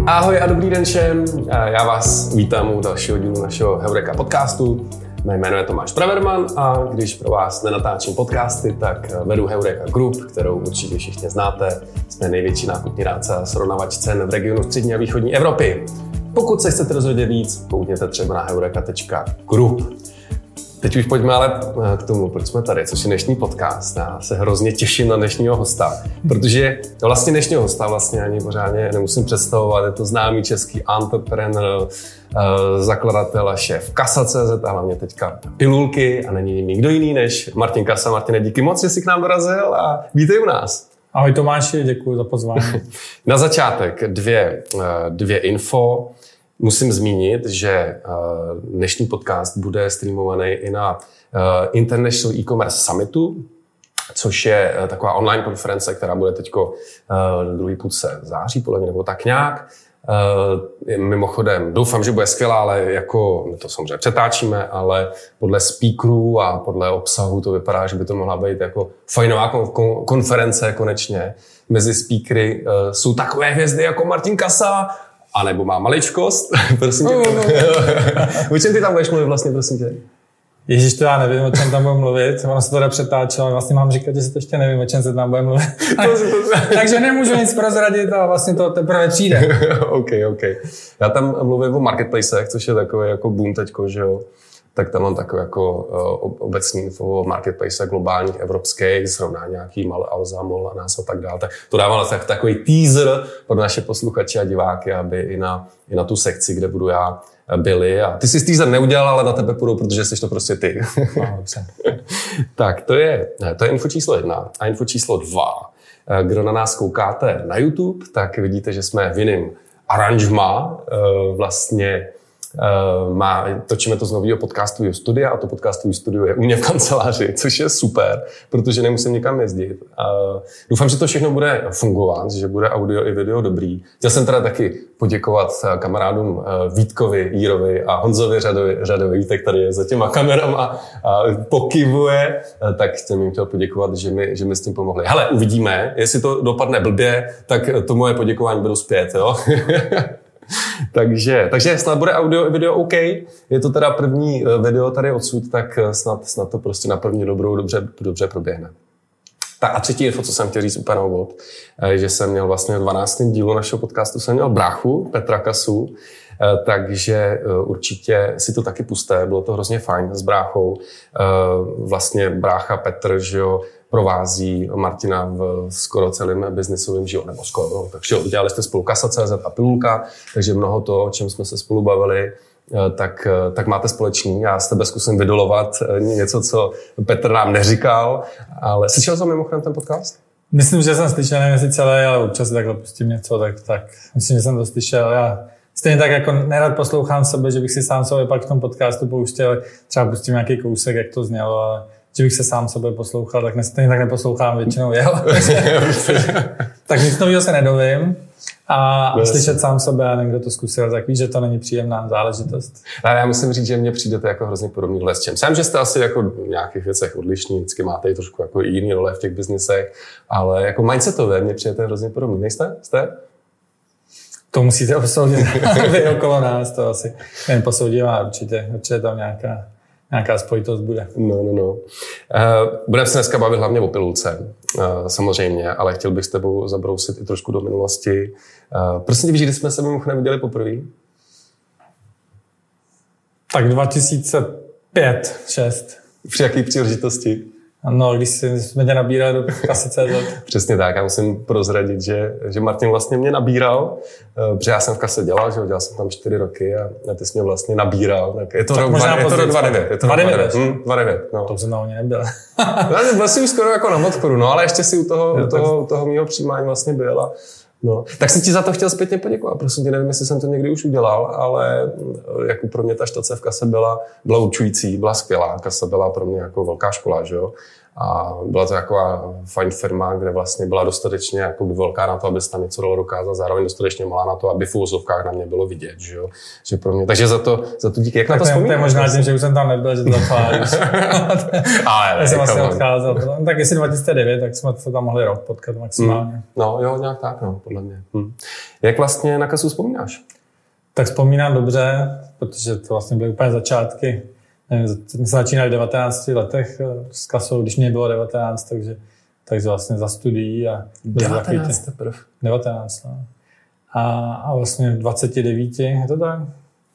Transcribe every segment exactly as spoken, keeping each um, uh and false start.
Ahoj a dobrý den všem, já vás vítám u dalšího dílu našeho Heureka podcastu. Mé jméno je Tomáš Braverman a když pro vás nenatáčím podcasty, tak vedu Heureka Group, kterou určitě všichni znáte. Jsme největší nákupní rádce a srovnavač cen v regionu střední a východní Evropy. Pokud se chcete dozvědět víc, koukněte třeba na heureka tečka group. Teď už pojďme ale k tomu, proč jsme tady, což je dnešní podcast. Já se hrozně těším na dnešního hosta, protože vlastně dnešního hosta vlastně ani pořádně nemusím představovat. Je to známý český entrepreneur, zakladatel a šéf Kasa tečka cé zet a hlavně teďka Pilulky a není nikdo jiný než Martin Kasa. Martine, díky moc, že jsi k nám dorazil a vítej u nás. Ahoj Tomáši, děkuji za pozvání. Na začátek dvě, dvě info. Musím zmínit, že dnešní podcast bude streamovaný i na International E-commerce Summitu, což je taková online konference, která bude teďko v druhé půlce září, podle mě, nebo tak nějak. Mimochodem, doufám, že bude skvělá, ale jako, my to samozřejmě přetáčíme, ale podle speakerů a podle obsahu to vypadá, že by to mohla být jako fajnová konference konečně. Mezi speakery jsou takové hvězdy jako Martin Kasa, a nebo má maličkost, prosím tě. O čem ty tam budeš mluvit vlastně, prosím tě? Ježíš, to já nevím, o čem tam budu mluvit. Ono se to jde přetáčelo, vlastně mám říkat, že si to ještě nevím, o čem se tam bude mluvit. Takže nemůžu nic prozradit a vlastně to teprve přijde. OK, OK. Já tam mluvím o marketplacech, což je takový jako boom teďko, že jo. Tak tam mám takové jako obecný info o marketplace globálních, evropských, srovná nějaký Mal, Alza, Mol a nás a tak dále. Tak to dávám tak, takový teaser pro naše posluchače a diváky, aby i na, i na tu sekci, kde budu já, byli. A ty jsi teaser neudělal, ale na tebe půjdu, protože jsi to prostě ty. No, tak to je, to je info číslo jedna. A info číslo dva. Kdo na nás koukáte na YouTube, tak vidíte, že jsme v jiném aranžma vlastně. Uh, má, točíme to z nového podcastového studia a to podcastové studio je u mě v kanceláři, což je super, protože nemusím nikam jezdit. Uh, doufám, že to všechno bude fungovat, že bude audio i video dobrý. Chtěl jsem teda taky poděkovat kamarádům uh, Vítkovi, Jírovi a Honzovi Řadovi, Řadovi. Vítek tady je za těma kamerama a pokyvuje, uh, tak jsem jim chtěl poděkovat, že mi, že mi s tím pomohli. Hele, uvidíme, jestli to dopadne blbě, tak to moje poděkování budou zpět, jo? takže, takže snad bude audio i video OK. Je to teda první video tady odsud, tak snad, snad to prostě na první dobrou dobře, dobře proběhne. Tak a třetí info, co jsem chtěl říct úplně na úvod, že jsem měl vlastně v dvanáctém dílu našeho podcastu jsem měl bráchu, Petra Kasu, takže určitě si to taky pusté, bylo to hrozně fajn s bráchou. Vlastně brácha Petr, že jo, provází Martina v skoro celém biznisovém životě, nebo skoro, no, takže udělali jste spolu Kasa tečka cé zet a Pilulka, takže mnoho toho, o čem jsme se spolu bavili, tak, tak máte společný. Já z tebe zkusím vydolovat něco, co Petr nám neříkal, ale slyšel jsem mimochodem ten podcast? Myslím, že jsem slyšel, nevím jestli celé, ale občas takhle pustím něco, tak, tak myslím, že jsem to slyšel. Já stejně tak jako nerad poslouchám sebe, že bych si sám sebe pak v tom podcastu pouštěl, třeba pustím nějaký kousek, jak to znělo, ale že bych se sám sebe poslouchal, tak stejně tak neposlouchám většinou jeho. Tak nic nového se nedovím. A yes. Slyšet sám sebe a někdo to zkusil, tak víš, že to není příjemná záležitost. Ale já musím říct, že mně přijdete jako hrozně podobný role s čem. Sám, že jste asi jako v nějakých věcech odlišní, vždycky máte i trošku jako jiný role v těch biznisech, ale jako mindsetové mně přijdete hrozně podobný. Nejste? Jste? To musíte posoudit vy okolo nás, to asi jen posoudím a určitě, určitě tam nějaká Nějaká spojitost bude. No, no, no. Uh, budeme se dneska bavit hlavně o Pilulce, uh, samozřejmě, ale chtěl bych s tebou zabrousit i trošku do minulosti. Uh, prosím tě, víš, kdy jsme se mimochodem viděli poprvé? Tak dva tisíce pět, šest. Při jaký příležitosti? No, když jsme tě nabírali do Kasy tečka cé zet. Přesně tak, já musím prozradit, že, že Martin vlastně mě nabíral, protože já jsem v Kase dělal, že dělal jsem tam čtyři roky a ty jsi mě vlastně nabíral. Tak je to tak rok možná dva tisíce devět. Je to dva tisíce devět? Hm, dva tisíce devět, no. To jsem na oni nebyl. Byl jsem skoro jako na odchodu, no, ale ještě si u toho, u toho, u toho mýho přijímání vlastně byl a no, tak jsem ti za to chtěl zpětně poděkovat. Prosím tě, nevím, jestli jsem to někdy už udělal, ale jako pro mě ta štace v Kase byla, byla určující, byla skvělá. Kasa byla pro mě jako velká škola, že jo. A byla to taková fajn firma, kde vlastně byla dostatečně jakoby velká na to, aby se tam něco dalo dokázat, zároveň dostatečně malá na to, aby v úvozovkách na mě bylo vidět, že jo. Že pro mě, takže za to, za to díky. Jak tak na to vzpomínáš? To je možná tím, že už jsem tam nebyl, že to zapálíš. Ale já jsem vlastně odcházel. Tak jestli dva tisíce devět, tak jsme se tam mohli rok potkat maximálně. Hmm. No jo, nějak tak, no, podle mě. Hmm. Jak vlastně na kasu vzpomínáš? Tak vzpomínám dobře, protože to vlastně byly úplně začátky. Nevím, my jsme začínali v devatenácti letech s kasou, když mě bylo devatenáct, takže, takže vlastně za studií. A devatenáct teprve? devatenáct, no. A, a vlastně v dvaceti devíti, je to tak,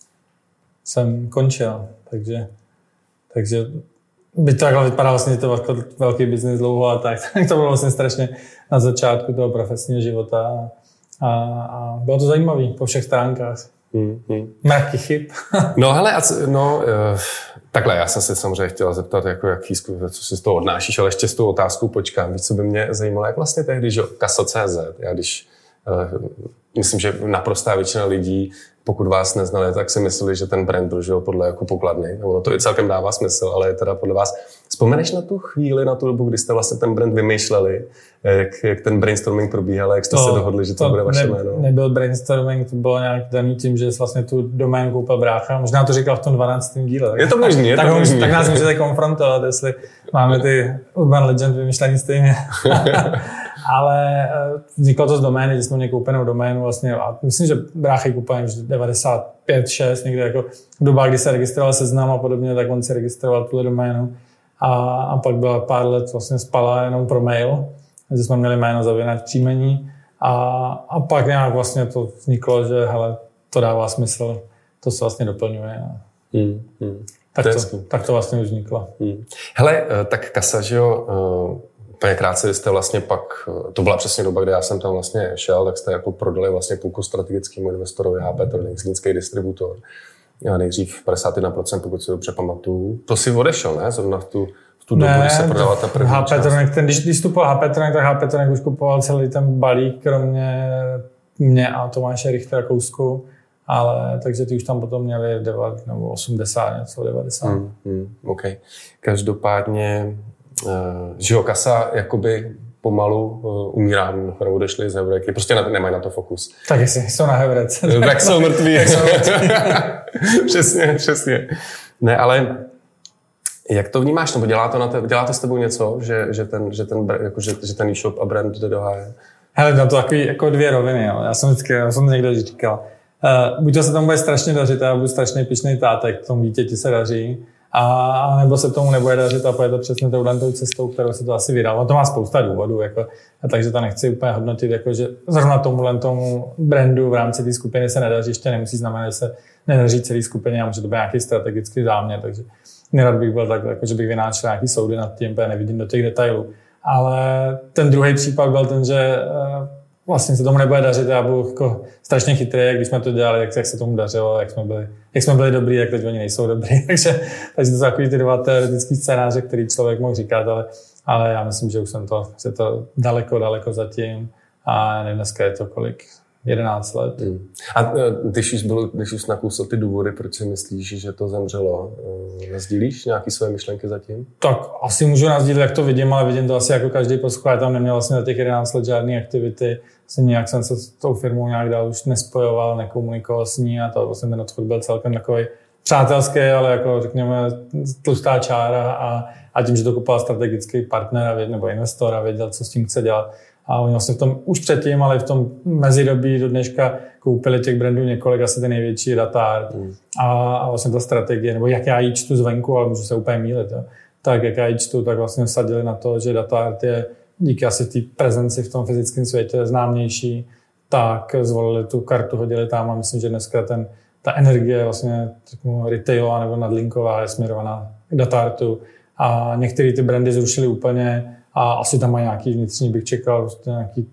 jsem končil, takže, takže by to takhle vypadalo vlastně, že to jako velký biznis dlouho a tak, tak to bylo vlastně strašně na začátku toho profesního života a, a bylo to zajímavé po všech stránkách. Hmm, hmm. Mraky chyb. No hele, no, takhle, já jsem se samozřejmě chtěla zeptat, jako jaký, co si z toho odnášíš, ale ještě s tou otázkou počkám. Víš, co by mě zajímalo, jak vlastně tehdy, že kasa tečka cé zet, já když, uh, myslím, že naprostá většina lidí, pokud vás neznali, tak si mysleli, že ten brand byl, že jo, podle jako pokladny. Ono to i celkem dává smysl, ale teda podle vás. Vzpomeneš na tu chvíli, na tu dobu, kdy jste vlastně ten brand vymýšleli, jak, jak ten brainstorming probíhal, jak jste to, se dohodli, že to, to bude vaše ne, jméno? Nebyl brainstorming, to bylo nějak daný tím, že vlastně tu doménu koupil brácha. Možná to říkal v tom dvanáctém díle. Tak, je to možný, je to tak, možný. Tak nás můžete konfrontovat, jestli máme ty Urban Legend vymyšlený stejně. Ale vzniklo to z domény, že jsme měli koupenou doménu vlastně a myslím, že bráchy koupil už devadesát pět šest, někde jako doba, kdy se registroval Seznam a podobně, tak on si registroval tuhle doménu a, a pak byla pár let vlastně spala jenom pro mail, že jsme měli jméno zavěnat příjmení a, a pak nějak vlastně to vzniklo, že hele, to dává smysl, to se vlastně doplňuje. Hmm, hmm. Tak, to, tak to vlastně už vzniklo. Hmm. Hele, tak kasa, že jo, úplně krátce jste vlastně pak, to byla přesně doba, kdy já jsem tam vlastně šel, tak jste jako prodali vlastně půlku strategickému investorovi H P Tronics, zlínský distributor. Já nejdřív padesát jedna procent, pokud si dobře pamatuju. To si odešel, ne? Zrovna v tu, v tu dobu, ne, když se prodala ta první H P část. Tronic, ten, když, když vstupoval H P Tronic, tak H P Tronic už kupoval celý ten balík, kromě mě a Tomáše Richtera Kousku. Ale takže ty už tam potom měli devadesát nebo osmdesát, něco devadesát. Hmm, hmm, OK. Každopádně, uh, že jo, kasa jakoby pomalu uh, umírá, mimochodem odešli z Heureky, prostě na, nemají na to fokus. Tak jestli jsou na Heurece. Tak jsou mrtví. Přesně, přesně. Ne, ale jak to vnímáš, nebo dělá to, na te, dělá to s tebou něco, že, že ten, že ten, jako, že, že ten e-shop a brand jde do háje? Hele, no to takový jako dvě roviny, jo. Já jsem vždycky, já jsem to někde říkal. Uh, buď to se tomu bude strašně dařit a já budu strašně pyšnej tátek, tomu dítěti se daří, a nebo se tomu nebude dařit a pojede přesně touhle cestou, kterou se to asi vydalo. To má spousta důvodů, jako, takže to nechci úplně hodnotit, jako, že zrovna tomuhle tomu brandu v rámci té skupiny se nedaří, ještě nemusí znamenat, že se nedaří celý skupině a může to být nějaký strategický záměr, takže nerad bych byl tak, jako, že bych vynášel nějaký soudy nad tím, protože nevidím do těch detailů. Ale ten druhý případ byl ten, že vlastně se tomu nebude dařit, já budu jako strašně chytrý, jak když jsme to dělali, jak, jak se tomu dařilo, jak jsme byli, jak jsme byli dobrý, jak teď oni nejsou dobrý. takže, takže to jsou takový ty dva teoretický scénáře, který člověk mohl říkat, ale, ale já myslím, že už jsem to, že to daleko, daleko zatím a nevím, dneska je to kolik, jedenáct let. Hmm. A když už, byl, když už nakousl ty důvody, proč si myslíš, že to zemřelo, nazdílíš nějaké své myšlenky zatím? Tak asi můžu nazdílet, jak to vidím, ale vidím to asi jako každý posluchač. Já tam neměl vlastně za těch jedenáct let žádné aktivity. Vlastně nějak jsem se s tou firmou nějak dál už nespojoval, nekomunikoval s ní a to vlastně ten odchod byl celkem takový přátelský, ale jako řekněme tlustá čára a, a tím, že to kupoval strategický partner nebo investor a věděl, co s tím chce dělat. A oni vlastně v tom už předtím, ale v tom mezidobí do dneška koupili těch brandů několik, asi ten největší DataArt. Mm. A, a vlastně ta strategie, nebo jak já ji čtu zvenku, ale můžu se úplně mýlit, jo. Tak jak já ji čtu, tak vlastně vsadili na to, že DataArt je díky asi té prezenci v tom fyzickém světě známější, tak zvolili tu kartu, hodili tam a myslím, že dneska ten, ta energie vlastně retailová nebo nadlinková je směrovaná k DataArtu a některé ty brandy zrušili úplně. A asi tam má nějaký vnitřní, bych čekal, nějaký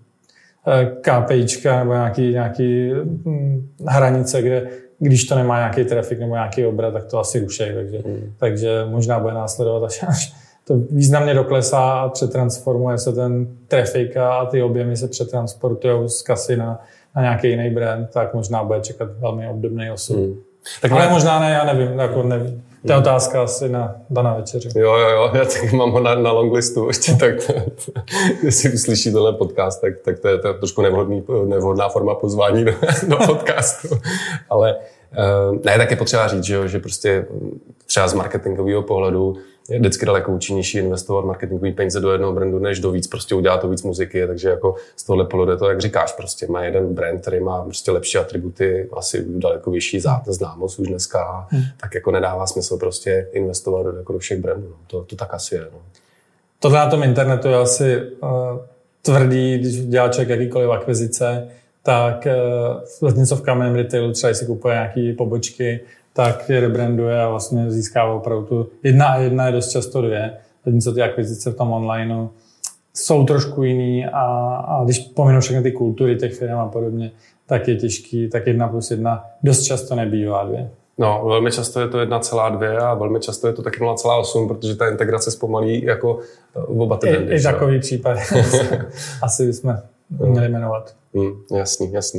KPIčka nebo nějaký, nějaký hranice, kde když to nemá nějaký trafik nebo nějaký obrat, tak to asi ruší. Takže, mm. takže možná bude následovat, až, až to významně doklesá a přetransformuje se ten trafik a ty objemy se přetransportují z kasy na, na nějaký jiný brand, tak možná bude čekat velmi obdobný osud. Mm. Tak ale možná ne, já nevím, jako nevím. To je otázka asi na daná večeři. Jo, jo, jo, já tak mám ho na, na longlistu ještě, tak když si uslyší tohle podcast, tak, tak to je to trošku nevhodný, nevhodná forma pozvání do, do podcastu. Ale ne, tak je potřeba říct, že, jo, že prostě třeba z marketingového pohledu je vždycky daleko účinnější investovat marketingový peníze do jednoho brandu, než do víc, prostě udělat to víc muziky, takže jako z tohohle pohledu je to, jak říkáš, prostě má jeden brand, který má prostě lepší atributy, asi daleko vyšší známost už dneska, hmm. tak jako nedává smysl prostě investovat do, jako do všech brandů, no. to, to tak asi je. No. Tohle na tom internetu je asi uh, tvrdý, když dělá člověk jakýkoliv akvizice, tak uh, něco v kamenném retailu, třeba si kupuje nějaký pobočky, tak je rebranduje a vlastně získává opravdu tu jedna a jedna je dost často dvě. Zatímco ty akvizice v tom onlineu jsou trošku jiný a, a když pominu všechny ty kultury těch firm a podobně, tak je těžký, tak jedna plus jedna dost často nebývá dvě. No, velmi často je to jedna celá dvě a velmi často je to taky nula celá osm, protože ta integrace zpomalí jako v oba ty brandy. I, i takový případ asi bychom měli jmenovat. Mm, jasný, jasný.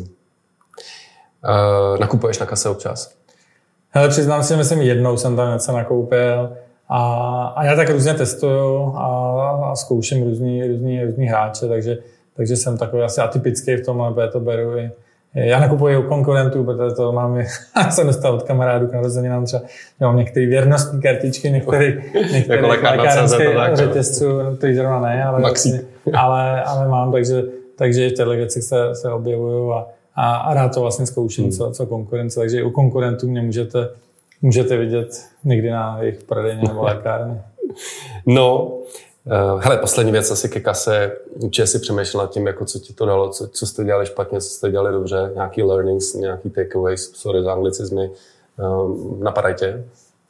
Uh, nakupuješ na kase občas? Hele, přiznám si, že myslím, jednou jsem tam něco nakoupil a, a já tak různě testuju a, a zkouším různý, různý, různý hráče, takže, takže jsem takový asi atypický v tomhle, protože to beru i. Já nakupuji u konkurentů, protože to mám, jsem dostal od kamarádů k narozeninám třeba, že mám některé věrnostní kartičky, některé jako lékárnické řetězců, který zrovna ne, ale, vlastně, ale, ale mám, takže, takže v těchto věcích se, se objevuju a A, a rád to vlastně zkouším, hmm. co, co konkurence. Takže u konkurentů mě můžete, můžete vidět někdy na jejich prodejně nebo lékárně. No, uh, hele, poslední věc asi ke kase. Určitě si přemýšlel nad tím, jako co ti to dalo, co, co jste dělali špatně, co jste dělali dobře, nějaký learnings, nějaký takeaways, sorry za anglicizmy. Uh, napadají tě?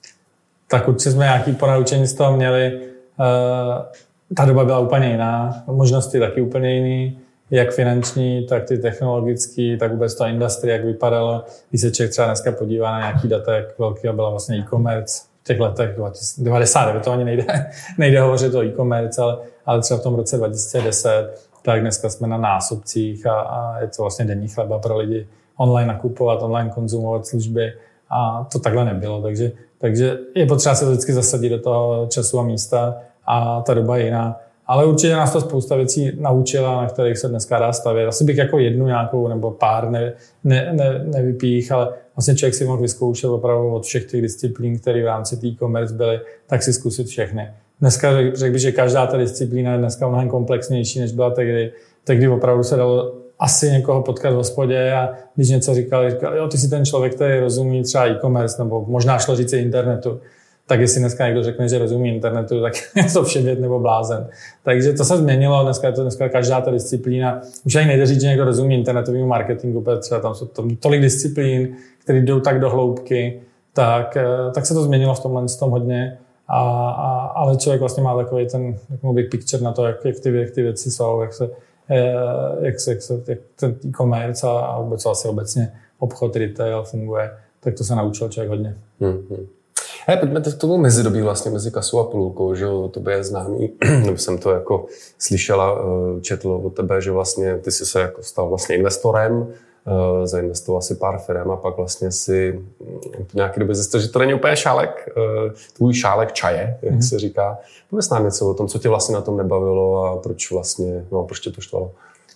Tak určitě jsme nějaký ponaučení z toho měli. Uh, ta doba byla úplně jiná, možnosti taky úplně jiný. Jak finanční, tak ty technologický, tak vůbec ta industrie, jak vypadalo. Když se člověk třeba dneska podívá na nějaký data, jak velký byla vlastně e-commerce v těch letech devadesát devět, to ani nejde, nejde hovořit o e-commerce, ale, ale třeba v tom roce dva tisíce deset, tak dneska jsme na násobcích a, a je to vlastně denní chleba pro lidi online nakupovat, online konzumovat služby a to takhle nebylo, takže, takže je potřeba se vždycky zasadit do toho času a místa a ta doba je jiná. Ale určitě nás to spousta věcí naučila, na kterých se dneska dá stavět. Asi bych jako jednu nějakou nebo pár ne, ne, ne, nevypích, ale vlastně člověk si mohl vyzkoušet opravdu od všech těch disciplín, které v rámci e-commerce byly, tak si zkusit všechny. Dneska řekl bych, že každá ta disciplína je dneska mnohem komplexnější, než byla tehdy. Tehdy opravdu se dalo asi někoho potkat v hospodě a když něco říkal, říkal, jo, ty jsi ten člověk, který rozumí třeba e-commerce, nebo možná šlo říct internetu. Tak jestli dneska někdo řekne, že rozumí internetu, tak je to vševěd nebo blázen. Takže to se změnilo, dneska je to dneska každá ta disciplína. Už ani nejde říct, že někdo rozumí internetovému marketingu, protože třeba tam jsou tam tolik disciplín, které jdou tak do hloubky, tak, tak se to změnilo v tomhle tom hodně. A, a, ale člověk vlastně má takový ten big picture na to, jak, jak, ty, jak ty věci jsou, jak, se, jak, se, jak, se, jak ten e-commerce a, a vůbec asi obecně obchod, retail funguje, tak to se naučil člověk hodně. Mm-hmm. Hele, pojďme k tomu mezidobí vlastně mezi kasou a půlkou, že jo, to by je známý, nebo jsem to jako slyšela, četl od tebe, že vlastně ty jsi se jako stal vlastně investorem, zainvestoval si pár firm a pak vlastně si v nějaké době zjistil, že to není úplně šálek, tvůj šálek čaje, jak mm. se říká. Pověz nám něco o tom, co tě vlastně na tom nebavilo a proč vlastně, no, proč tě to štvalo?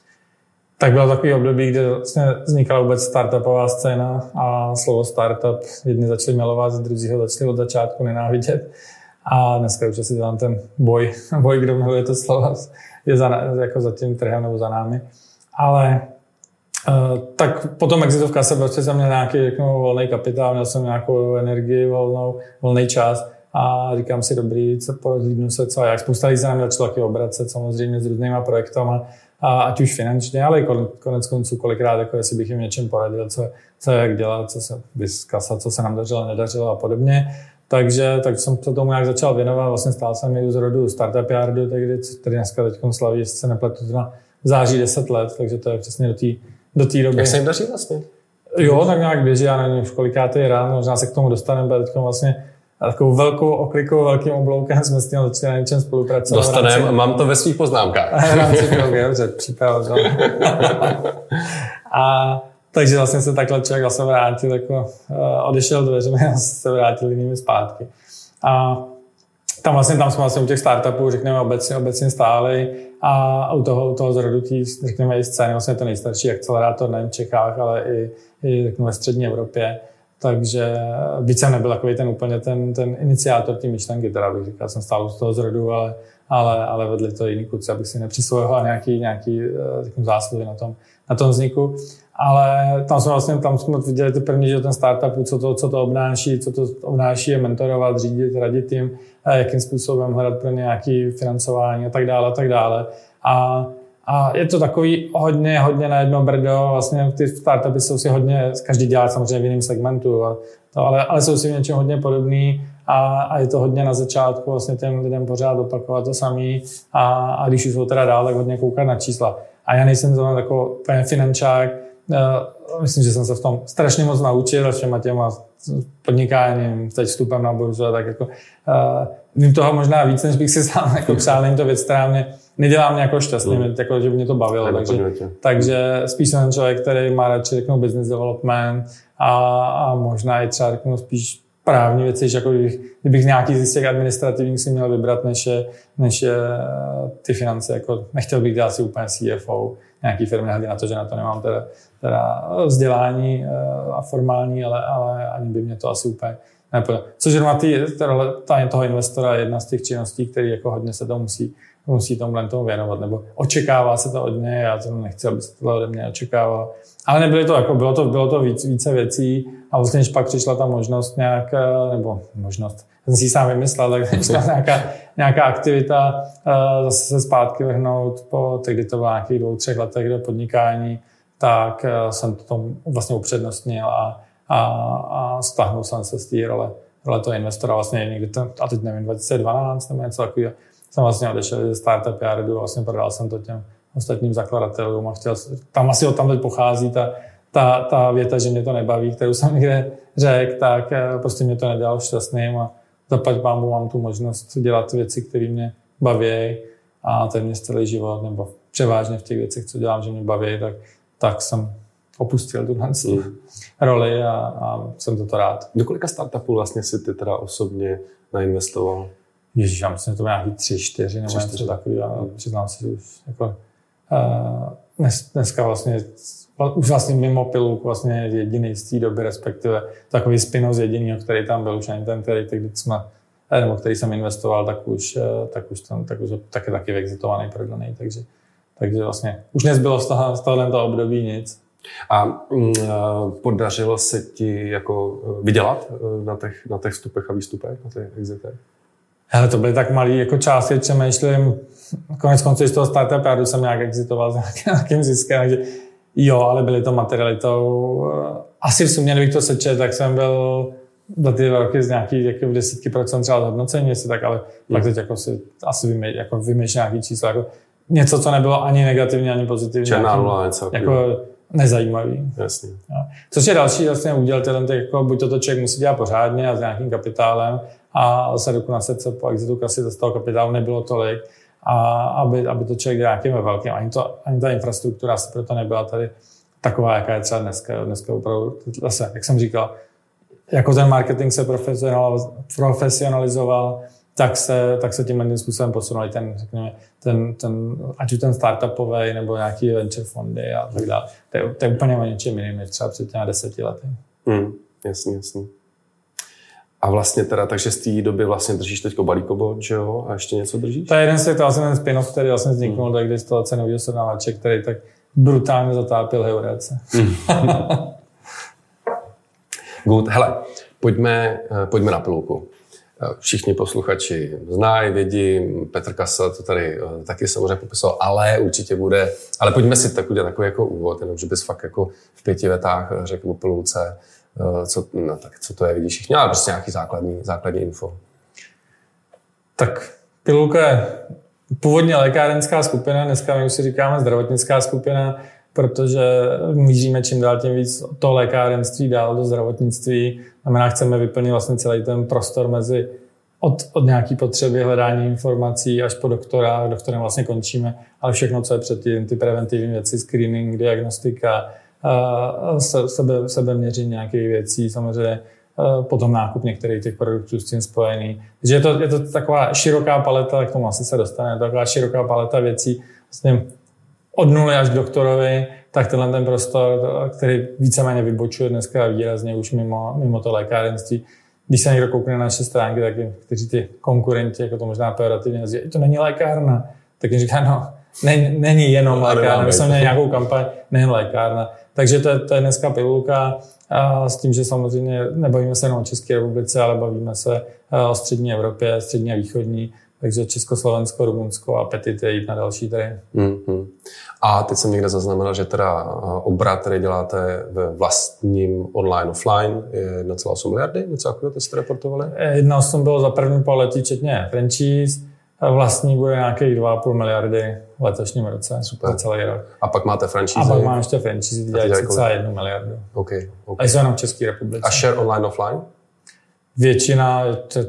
Tak bylo takový období, kdy vlastně vznikala vůbec startupová scéna a slovo startup jedni začali milovat, druzí ho začali od začátku nenávidět. A dneska už asi dělám ten boj, boj, kdo miluje to slovo, je za, jako za tím trhem nebo za námi. Ale uh, tak potom exitovka se prostě jsem měl nějaký řeknu, volný kapitál, měl jsem nějakou energii volnou, volný čas a říkám si dobrý, co porozhlídnu se, co jak. Spousta lidí se nám začalo taky obracet samozřejmě s různýma projektama, a ať už finančně, ale i konec konců kolikrát, jako jestli bych jim něčem poradil, co, co jak dělat, co se vyskasa, co se nám dařilo, nedařilo a podobně. Takže tak jsem se tomu nějak začal věnovat, vlastně stál jsem i z rodu Startup Yardu, který dneska teď slaví, jestli se nepletu, na září deset let, takže to je přesně do té do té doby. Jak se jim daří vlastně? Jo, tak nějak běží, já nevím, v kolikátý je ráno, možná se k tomu dostaneme, protože teď vlastně takovou velkou oklikou, velkým obloukem jsme s tím začali na něčem spolupracovat. Dostaneme, mám to ve svých poznámkách. V rámci dobře, příprava. A, takže vlastně se takhle člověk zase vrátil, jako uh, odešel dveřmi a se vrátil jinými zpátky. A tam vlastně tam jsme vlastně u těch startupů, řekněme, obecně, obecně stáli a u toho, u toho zrodu tý, řekněme, i scény, vlastně to nejstarší akcelerátor nejen v Čechách, ale i, i řekněme, ve střední Evropě. Takže byť jsem nebyl takový ten úplně ten, ten iniciátor té myšlenky, teda bych říkal, jsem stál u toho zrodu, ale, ale, ale vedli to jiný kluci, abych si nepřisvojoval nějaký, nějaký řekněme, zásluhy na tom, na tom vzniku. Ale tam jsme vlastně tam jsme viděli ty první, že ten startup, co to, co to obnáší, co to obnáší je mentorovat, řídit, radit jim, jakým způsobem hledat pro ně nějaké financování a tak dále a tak dále. A, a je to takový hodně, hodně na jedno brdo, vlastně ty startupy jsou si hodně, každý dělá samozřejmě v jiném segmentu, a to, ale, ale jsou si v něčem hodně podobný a, a je to hodně na začátku vlastně těm lidem pořád opakovat to samý a, a když už jsou teda dál, tak hodně koukat na čísla. A já nejsem zrovna takový finančák. Uh, myslím, že jsem se v tom strašně moc naučil všema těma podnikáním, teď vstupem na burzu a tak jako uh, vím toho možná víc, než bych si sám jako přál, není to věc, která mě nedělá mě jako šťastný, mm. jako, že by mě to bavilo, takže, takže spíš jsem ten člověk, který má radši řeknou business development a, a možná i třeba řeknou spíš právní věci, že jako kdybych, kdybych nějaký z těch administrativních si měl vybrat, než je, než je ty finance, jako nechtěl bych dělat si úplně C F O nějaký firmy, nehledě na to, že na to nemám teda, teda vzdělání a formální, ale, ale ani by mě to asi úplně nepovedlo. Což zrovna toho investora je jedna z těch činností, který jako hodně se to musí, musí tomu tomu věnovat, nebo očekává se to od něj, já to nechci, aby se tohle ode mě očekával. Ale nebylo to, jako bylo to, bylo to víc, více věcí a vlastně, když pak přišla ta možnost nějak, nebo možnost, jsem si ji sám vymyslel, tak přišla nějaká, nějaká aktivita, zase se zpátky vrhnout po, teď to bylo nějakých dvou, třech letech do podnikání, tak jsem to tomu vlastně upřednostnil a, a, a stáhnul jsem se z té role, role toho investora vlastně někdy, ten, a teď nevím, dva tisíce dvanáct nebo něco takového, jsem vlastně odešel ze Startup Yardu a vlastně prodal jsem to těm ostatním zakladatelům a chtěl, tam asi od tam teď pochází ta, ta, ta věta, že mě to nebaví, kterou jsem někde řekl, tak prostě mě to nedělalo šťastným a zaplať pánbůh mám tu možnost dělat věci, které mě baví a téměř celý život, nebo převážně v těch věcech, co dělám, že mě baví, tak, tak jsem opustil tuhle mm. roli a, a jsem toto rád. Do kolika startupů vlastně si ty teda osobně nainvestoval? Ježíš, já myslím, že to bylo nějaký tři, čtyři nebo něco takový. A přiznám si, že už jako, uh, dnes, dneska vlastně už vlastně mimo Pilulku vlastně jediný z té doby, respektive takový spin-off jediný, který tam byl, už ani ten, který, který, jsme, nebo který jsem investoval, tak už, tak už, ten, tak už tak je taky vyexitovaný, prodaný, takže, takže vlastně už nezbylo z toho, z tohoto období nic. A uh, podařilo se ti jako vydělat na těch, na těch vstupech a výstupech, na těch exitech? Hele, to byly tak malý jako částky, přemýšlím, konec konců z toho startup yardu jsem nějak exitoval s nějakým ziskem, takže jo, ale byly to materialitou. Asi v sumě, kdybych to sečet, tak jsem byl za ty roky z nějakých jako desítky procent třeba hodnocení, jestli tak, ale hmm. pak teď jako si asi vymýš, jako vymýš nějaký číslo, jako něco, co nebylo ani negativní, ani pozitivní. Černá nula, něco. Jako nezajímavý. Jasně. Což je další vlastně úděl, ten, jako buď to člověk musí dělat pořádně a s nějakým kapitálem a se ruku na srdce po exitu kasy z toho kapitálu nebylo tolik, a aby, aby to člověk dělal nějakým velkým. Ani, to, ani ta infrastruktura asi proto nebyla tady taková, jaká je třeba dneska. Dneska opravdu, zase, jak jsem říkal, jako ten marketing se profesionalizoval, tak se, tak se tímhle způsobem posunuli ten, řekněme, ten, ten, ať už ten startupový nebo nějaký venture fondy a tak dále. To je, to je úplně o něčem jiným, než třeba před těmi deseti lety. Mm, jasný, jasný. A vlastně teda, takže z té doby vlastně držíš teďko Balíkobot, že jo? A ještě něco držíš? To je jeden z těch, to vlastně ten spin-off, který vlastně vzniknul, mm. tak když z toho cenového srovnávače, který tak brutálně zatápil Heurece. Mm. Good. Hele, pojďme, pojďme na Pilulku. Všichni posluchači znají, vědí, Petr Kasa to tady taky samozřejmě popisoval, ale určitě bude, ale pojďme si tak udělat takový jako úvod, jenom že bys fakt jako v pěti větách řekl o Pilulce, co, no, tak co to je, vidíš všichni, ale prostě nějaký základní, základní info. Tak Pilulka je původně lékárenská skupina, dneska my už si říkáme zdravotnická skupina, protože míříme čím dál tím víc to lékárenství dál do zdravotnictví. Znamená, chceme vyplnit vlastně celý ten prostor mezi od, od nějaký potřeby hledání informací až po doktora, doktorem vlastně končíme, ale všechno, co je předtím, ty preventivní věci, screening, diagnostika, uh, sebe, sebeměření nějakých věcí, samozřejmě uh, potom nákup některých těch produktů s tím spojený. Takže je to, je to taková široká paleta, k tomu asi se dostane, taková široká paleta věcí, vlastně od nuly až k doktorovi, tak tenhle ten prostor, který víceméně vybočuje dneska výrazně už mimo, mimo to lékárenství. Když se někdo koukne na naše stránky, tak kteří ty konkurenti, jako to možná pejorativně nazývají, to není lékárna, tak jim říká, no, ne, není jenom lékárna, my jsme měli nějakou kampaň, nejen lékárna. Takže to je, to je dneska pilulka a s tím, že samozřejmě nebavíme se jenom o České republice, ale bavíme se o střední Evropě, střední a východní, takže Československo, Rumunsko a Petit je jít na další terén. Mm-hmm. A teď jsem někde zaznamenal, že teda obrat, který děláte ve vlastním online offline, je jedna celá osm miliardy, něco takového jste reportovali? jedna celá osm bylo za první pololetí, včetně franchise, vlastní bude nějakých dva celá pět miliardy v letošním roce. Super. Za celý rok. A pak máte franchise? A pak mám ještě franchise, ty dělají celá jednu miliardu. Okay, okay. A jsou jenom v České republice. A share online offline? Většina,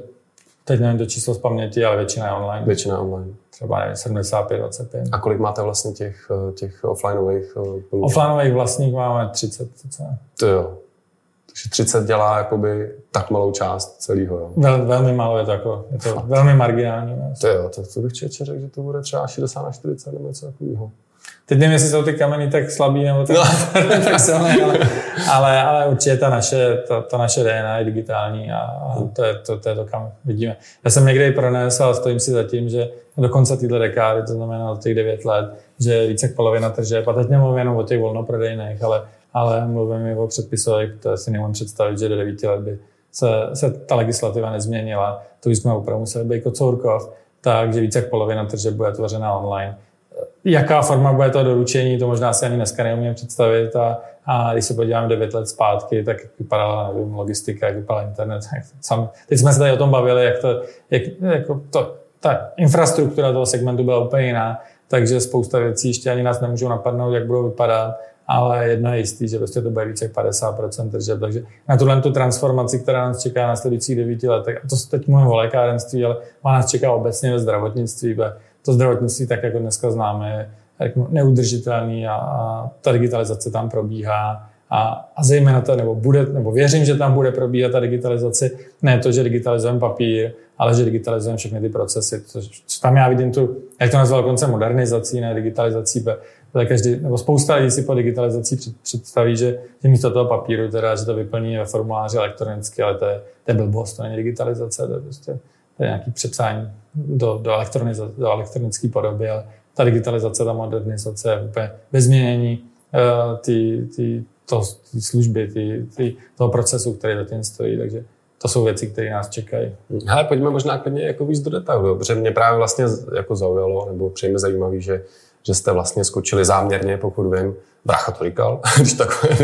teď nevím to číslo z paměti, ale většina je online. Většina online. Třeba nevím, sedmdesát pět dvacet pět. A kolik máte vlastně těch, těch offlineových? Offlineových vlastních máme třicet. To jo. Takže třicet dělá jakoby tak malou část celého. Jo. Vel, velmi málo je to, jako, je to velmi marginální. To jo, to, to bych člověče řekl, že to bude třeba šedesát na čtyřicet nebo něco takového. Teď nevím, jestli jsou ty kameny tak slabý nebo tak, no. tak silné, ale, ale, ale určitě ta naše, ta, ta naše D N A je digitální a, a to, je, to, to je to, kam vidíme. Já jsem někdy pronesl a stojím si za tím, že do konce této dekády, to znamená těch devět let, že více jak polovina tržeb, a teď nemluvím jenom o těch volnoprodejných, ale, ale mluvím i o předpisových, to si nemůžu představit, že do devíti let by se, se ta legislativa nezměnila, to už jsme opravdu museli být kocourkov, takže více jak polovina tržeb bude tvořena online. Jaká forma bude to doručení, to možná si ani dneska neumím představit a, a když se podívám devět let zpátky, tak jak vypadala, nevím, logistika, jak vypadal internet. Jak sam, teď jsme se tady o tom bavili, jak to, jak, jako to, ta infrastruktura toho segmentu byla úplně jiná, takže spousta věcí ještě ani nás nemůžou napadnout, jak budou vypadat, ale jedno je jistý, že prostě to bude více jak padesát procent tržeb, takže na tuhle tu transformaci, která nás čeká na sledujících devíti letech, a to teď mluvím o lékárenství, ale má nás čeká obecně ve zdravotnictví, to zdravotnictví, tak jako dneska známe, je neudržitelný a, a ta digitalizace tam probíhá a, a zejména to, nebo bude, nebo věřím, že tam bude probíhat ta digitalizace, ne to, že digitalizujeme papír, ale že digitalizujeme všechny ty procesy. Co, co tam já vidím tu, jak to nazval konce modernizací, ne digitalizací, protože každý, nebo spousta lidí si po digitalizaci představí, že, že místo toho papíru, teda, že to vyplní ve formuláři elektronicky, ale to je, to je blbost, to není digitalizace, to je prostě to je nějaký přepsání do, do, do elektronické podoby, ale ta digitalizace, ta modernizace je úplně bez změnění uh, ty, ty, to, ty služby, ty, ty, toho procesu, který za tím stojí, takže to jsou věci, které nás čekají. Hele, pojďme možná klidně jako víc do detailu, protože mě právě vlastně jako zaujalo, nebo přejme zajímavý, že, že jste vlastně skočili záměrně, pokud vím, brácha to říkal, když takové...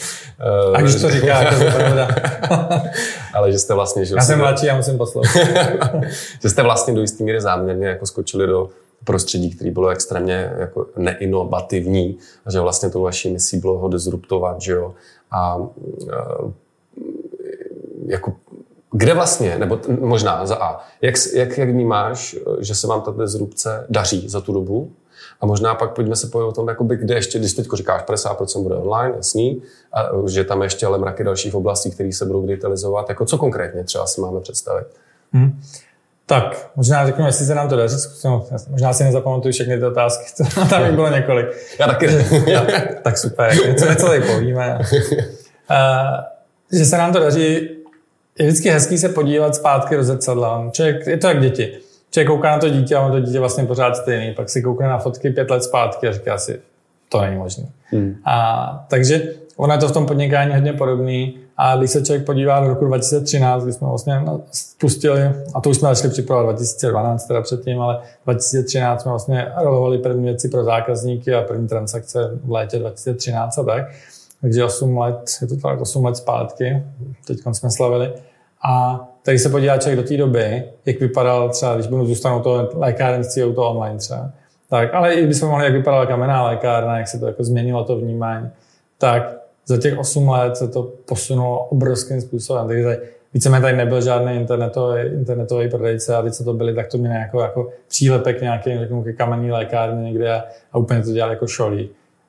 A když to říká, jako to pravda. Ale že jste vlastně... Že já jsem mladší, já musím poslouchat. Že jste vlastně do jistý míry záměrně jako skočili do prostředí, které bylo extrémně jako neinovativní a že vlastně to vaší misí bylo ho disruptovat, že jo. A jako kde vlastně, nebo možná za A, jak, jak, jak vnímáš, že se vám ta disrupce daří za tu dobu? A možná pak pojďme se pojít o tom, jakoby, kde ještě, když teď říkáš padesát procent bude online, jasný, a že tam ještě ale mraky dalších oblastí, které se budou digitalizovat. Jako co konkrétně třeba si máme představit? Hmm. Tak, možná řeknu, jestli se nám to daří, možná si nezapamatuju všechny ty otázky, tam jich bylo několik. Já taky. Já, tak super, něco, něco tady povíme. Uh, že se nám to daří, je vždycky hezký se podívat zpátky do zrcadla. Člověk, je to jak děti. Člověk kouká na to dítě a on to dítě vlastně pořád stejný. Pak si koukne na fotky pět let zpátky a říká si, to není možné. Hmm. A takže ono je to v tom podnikání hodně podobný. A když se člověk podívá do roku dva tisíce třináct, kdy jsme vlastně spustili, a to už jsme začali připravovat dva tisíce dvanáct teda předtím, ale dva tisíce třináct jsme vlastně rolovali první věci pro zákazníky a první transakce v létě dva tisíce třináct a tak. Takže osm let, je to tak osm let zpátky, teď jsme slavili. A tady se podívá člověk do té doby, jak vypadal třeba, když budu zůstat u toho lékárenství, u toho online třeba. Tak, ale i bychom mohli, jak vypadala kamenná lékárna, jak se to jako změnilo to vnímání. Tak za těch osm let se to posunulo obrovským způsobem. Takže tady, víceméně tady nebyl žádný internetový, internetový prodejce a teď co to byli, tak to měli jako, jako přílepek nějaký, řeknu, ke kamenný lékárně někde a, a úplně to dělali jako šolí.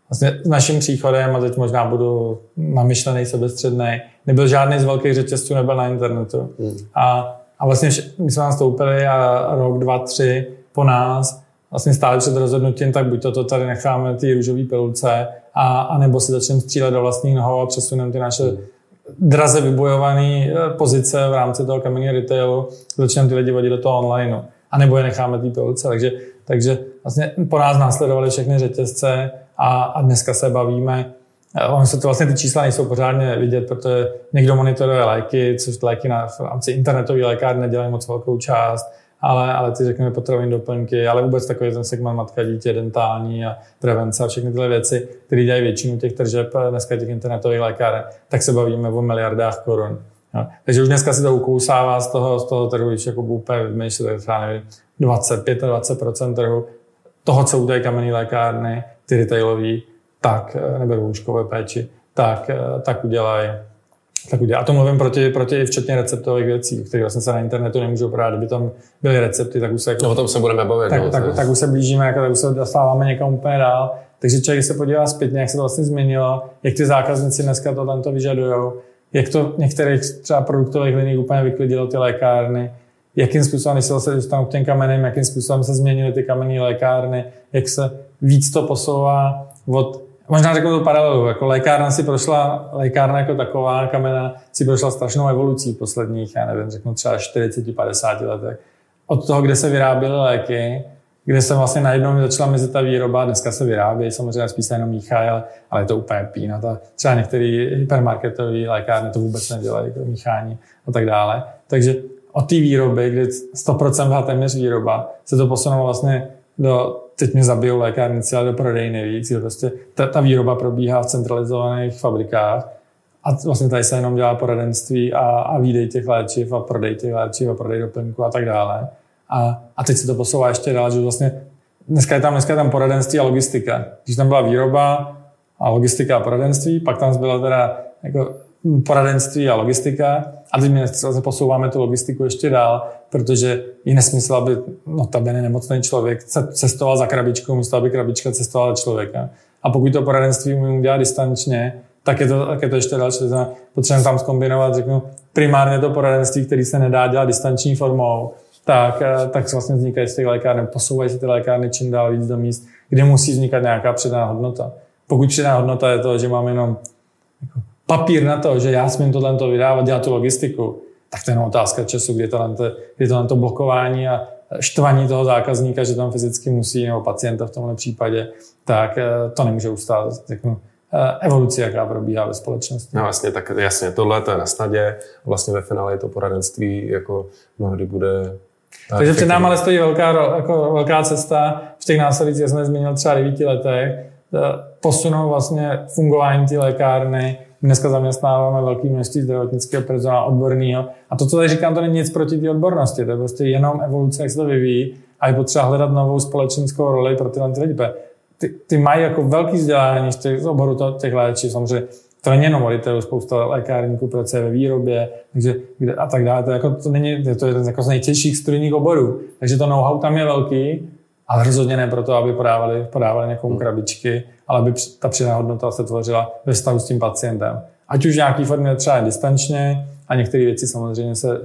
vlastně s naším příchodem, a teď možná budu namyšlený, sebestřednej, nebyl žádný z velkých řetězců, nebyl na internetu. Hmm. A, a vlastně vše, my jsme nastoupili a rok, dva, tři po nás vlastně stáli před rozhodnutím, tak buď to, to tady necháme ty růžové pilulce, a, a nebo si začneme střílet do vlastních nohou a přesuneme ty naše hmm. draze vybojované pozice v rámci toho kamenného retailu, začneme ty lidi vodit do toho onlineu. A nebo je necháme ty pilulce. Takže, takže vlastně po nás následovaly všechny řetězce a, a dneska se bavíme. Ono se to vlastně ty čísla nejsou pořádně vidět, protože někdo monitoruje léky, což léky na v rámci internetové lékárny nedělají moc velkou část, ale, ale ty řekněme potraviny, doplňky, ale vůbec takový ten segment matka, dítě, dentální a prevence a všechny tyhle věci, které dělají většinu těch tržeb dneska těch internetových lékáren, tak se bavíme o miliardách korun. No. Takže už dneska si to ukousává z toho, z toho trhu, když jako úplně vymýšlet, třeba nevím, dvacet, dvacet pět procent trhu toho, co udělají kamenné lékárny, ty retailový, tak, nebo lůžkové péči, tak, tak udělají. Tak udělají. A to mluvím proti, proti včetně receptových věcí, které vlastně se na internetu nemůžou prodat. Kdyby tam byly recepty, tak už se... Jako, no, o tom se budeme bavit. Tak, no, tak, tak, tak už se blížíme, jako, tak už se dostáváme někam úplně dál. Takže člověk se podívá zpětně, jak se to vlastně změnilo, jak ty zákazníci dneska to tam to vyžadujou, jak to některých třeba produktových liní úplně vyklidilo ty lékárny, jakým způsobem, když se zase dostanu k těm kamenným, jakým způsobem se změnily ty kamenné lékárny, jak se víc to posouvá od, možná řeknu to paralelu, jako lékárna si prošla, lékárna jako taková kamenná si prošla strašnou evolucí v posledních, já nevím, řeknu třeba čtyřicet padesát letech. Od toho, kde se vyráběly léky, kde se vlastně najednou začala mizet ta výroba, dneska se vyrábí, samozřejmě spíš se jenom míchají, ale, ale je to úplně pínat. A třeba některé hypermarketové lékárny to vůbec nedělají, jako míchání a tak dále. Takže od té výroby, kdy sto procent byla téměř výroba, se to posunulo vlastně do, teď mě zabijou lékárnici, ale do prodejny víc, kde prostě ta, ta výroba probíhá v centralizovaných fabrikách a vlastně tady se jenom dělá poradenství a, a výdej těch léčiv a prodej těch léčiv a prodej doplňku a tak dále. A, a teď se to posouvá ještě dál, že vlastně dneska je tam, dneska je tam poradenství a logistika. Když tam byla výroba a logistika a poradenství, pak tam byla teda jako poradenství a logistika a teď my se posouváme tu logistiku ještě dál, protože je nesmysl, aby notabene nemocný člověk cestoval za krabičkou, místo aby krabička cestovala za člověka. A pokud to poradenství umím dělat distančně, tak je to, tak je to ještě další. Potřebujeme tam zkombinovat, řeknu, primárně to poradenství, který se nedá dělat distanční formou, tak, tak vlastně vznikají z těch lékárny, posouvají se ty lékárny čím dál víc do míst, kde musí vznikat nějaká přidaná hodnota. Pokud přidaná hodnota je to, že mám jenom jako papír na to, že já smím tohle vydávat, dělat tu logistiku, tak to je jenom otázka času, kdy to, kdy to, to blokování a štvaní toho zákazníka, že tam fyzicky musí, nebo pacienta v tomhle případě, tak to nemůže ustát, řeknu, evoluci, jaká probíhá ve společnosti. No vlastně, tak jasně, tohle to je na snadě, vlastně ve finále je to poradenství, jako mnohdy bude... Takže před námi ale stojí velká, jako velká cesta, v těch následujících, já jsem zmínil třeba devíti letech, posunou vlastně fungování té lékárny. Dneska zaměstnáváme velké množství zdravotnického personálu odborného. A to, co tady říkám, to není nic proti té odbornosti. To je prostě jenom evoluce, jak se to vyvíjí a je potřeba hledat novou společenskou roli pro tyhle lidi. Ty, ty mají jako velký vzdělání z, těch, z oboru těch léčiv. Samozřejmě to není jenom retailu, spousta lékárníků pracuje ve výrobě takže, a tak dále. To, jako, to, není, to je jeden jako z nejtěžších studijních oborů. Takže to know-how tam je velký, ale rozhodně ne proto, aby podávali, podávali někomu krabičky, ale aby ta přidaná hodnota se tvořila ve vztahu s tím pacientem. Ať už v nějaký formě třeba distančně a některé věci samozřejmě se,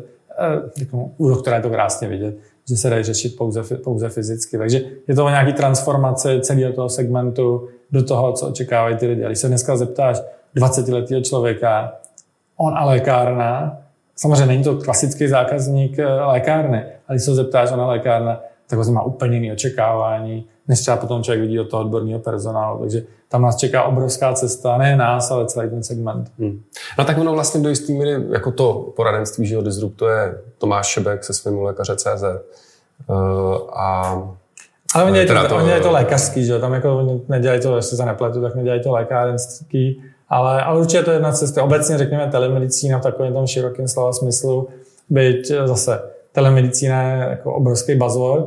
jako, u doktora je to krásně vidět, že se dají řešit pouze, pouze fyzicky. Takže je to o nějaký transformaci celého toho segmentu do toho, co očekávají ty lidi. A když se dneska zeptáš dvacetiletého člověka, on a lékárna, samozřejmě není to klasický zákazník lékárny, ale když se zeptáš, ona lékárna, tak vlastně má úplně jiné očekávání, než třeba potom člověk vidí od toho odborného personálu. Takže tam nás čeká obrovská cesta, ne nás, ale celý ten segment. Hmm. No tak ono vlastně do jistý míry, jako to poradenství, že ho disruptuje Tomáš Šebek se svým lékaře tečka cé zet. Uh, a ale oni dělají to, to, oni to lékařský, že tam jako oni nedělají to, jestli se nepletu, tak nedělají to lékárenský, ale, ale určitě to je jedna cesta. Obecně řekněme telemedicína v takovém tom širokém slova smyslu, byť zase telemedicína je jako obrovský buzzword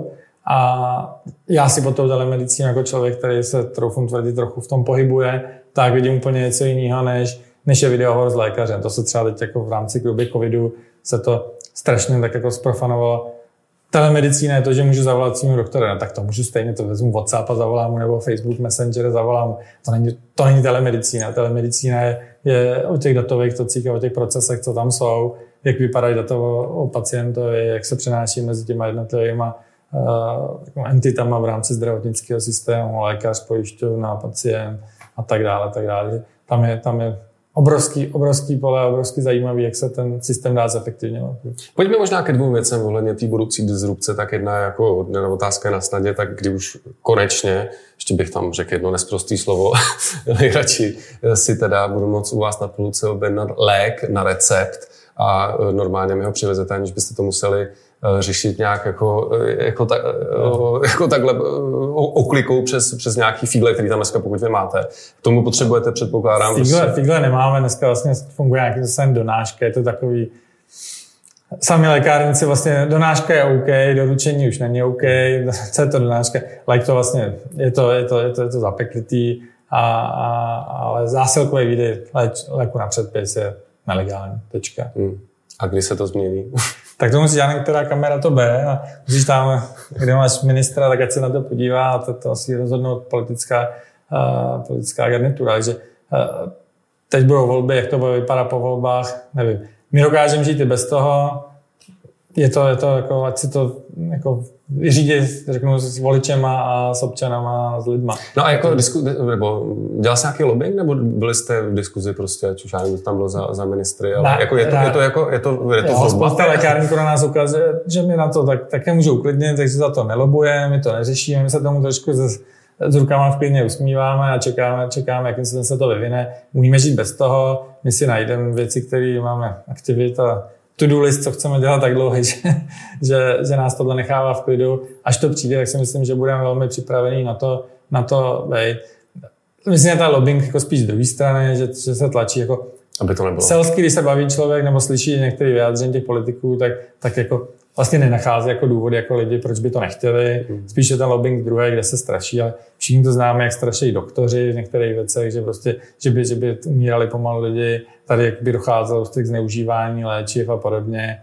a já si pod tou telemedicínou jako člověk, který se troufám tvrdit trochu v tom pohybuje, tak vidím úplně něco jiného, než, než je videohovor s lékařem. To se třeba teď jako v rámci doby covidu se to strašně tak jako zprofanovalo. telemedicína je to, že můžu zavolat svým doktora, no, tak to můžu stejně, to vezmu WhatsApp a zavolám mu, nebo Facebook Messenger zavolám. To není, to není telemedicína. Telemedicína je, je o těch datových tocích a o těch procesech, co tam jsou, jak vypadají data o, o pacientovi, jak se přenáší mezi těma jednotlivýma uh, entitama v rámci zdravotnického systému, lékař, pojišťovna, pacient a tak dále, tak dále. Tam je, tam je Obrovský, obrovský pole, obrovský zajímavý, jak se ten systém dá zefektivňovat. Pojďme možná ke dvou věcem ohledně té budoucí disrupce, tak jedna jako jedna otázka na snadě, tak kdy už konečně, ještě bych tam řekl jedno nesprostý slovo, nejradši si teda budu moct u vás na půlce objednat lék na recept a normálně mi ho přivezete, aniž byste to museli řešit nějak jako, jako, tak, jako takhle oklikou přes, přes nějaký fígle, který tam dneska pokud vy máte. K tomu potřebujete, předpokládám. Fígle, prostě... fígle nemáme, dneska vlastně funguje nějaký zase donáška, je to takový... Sami lékárníci vlastně, donáška je OK, doručení už není OK, co je to donáška? Lék to vlastně, je to, je to, je to, je to zapeklitý, a, a, ale zásilkový výdej léč, léku na předpis je nelegální, tečka. Hmm. A kdy se to změní? Tak to musí dělat, která kamera to bere a musíš tam, kde máš ministra, tak ať se na to podívá a to, to asi rozhodnout politická, uh, politická garnitura. Takže uh, teď budou volby, jak to bude vypadat po volbách, nevím. My dokážeme žít i bez toho, je to, je to jako, ať si to jako vyřídí, řeknu, s voličema a s občanama a s lidma. No a jako disku, nebo dělal jsi nějaký lobbying, nebo byli jste v diskuzi prostě, ať už já tam bylo za, za ministry, ale ne, jako je to, ne, je to jako, je to, je to jo, spousta lékárníků na nás ukazuje, že my na to tak, také můžu uklidnit, takže za to nelobujeme, my to neřešíme, my se tomu trošku z, s rukama v klidně usmíváme a čekáme, čekáme, jakým se to vyvine. Můžeme žít bez toho, my si najdeme věci, které máme aktivit a to-do list, co chceme dělat tak dlouho, že, že, že nás tohle nechává v klidu. Až to přijde, tak si myslím, že budeme velmi připravení na to, na to bejt. Myslím, že ta lobbying jako spíš z druhé strany, že, že se tlačí jako aby to nebylo. Selsky, když se baví člověk nebo slyší některé vyjádření těch politiků, tak, tak jako vlastně nenachází jako důvody jako lidi, proč by to nechtěli. Hmm. Spíš je ten lobbying druhý, kde se straší, ale všichni to známe, jak straší doktoři v některých věcech, že prostě, že by, že by umírali pomalu lidi, tady jak by docházelo k zneužívání léčiv a podobně.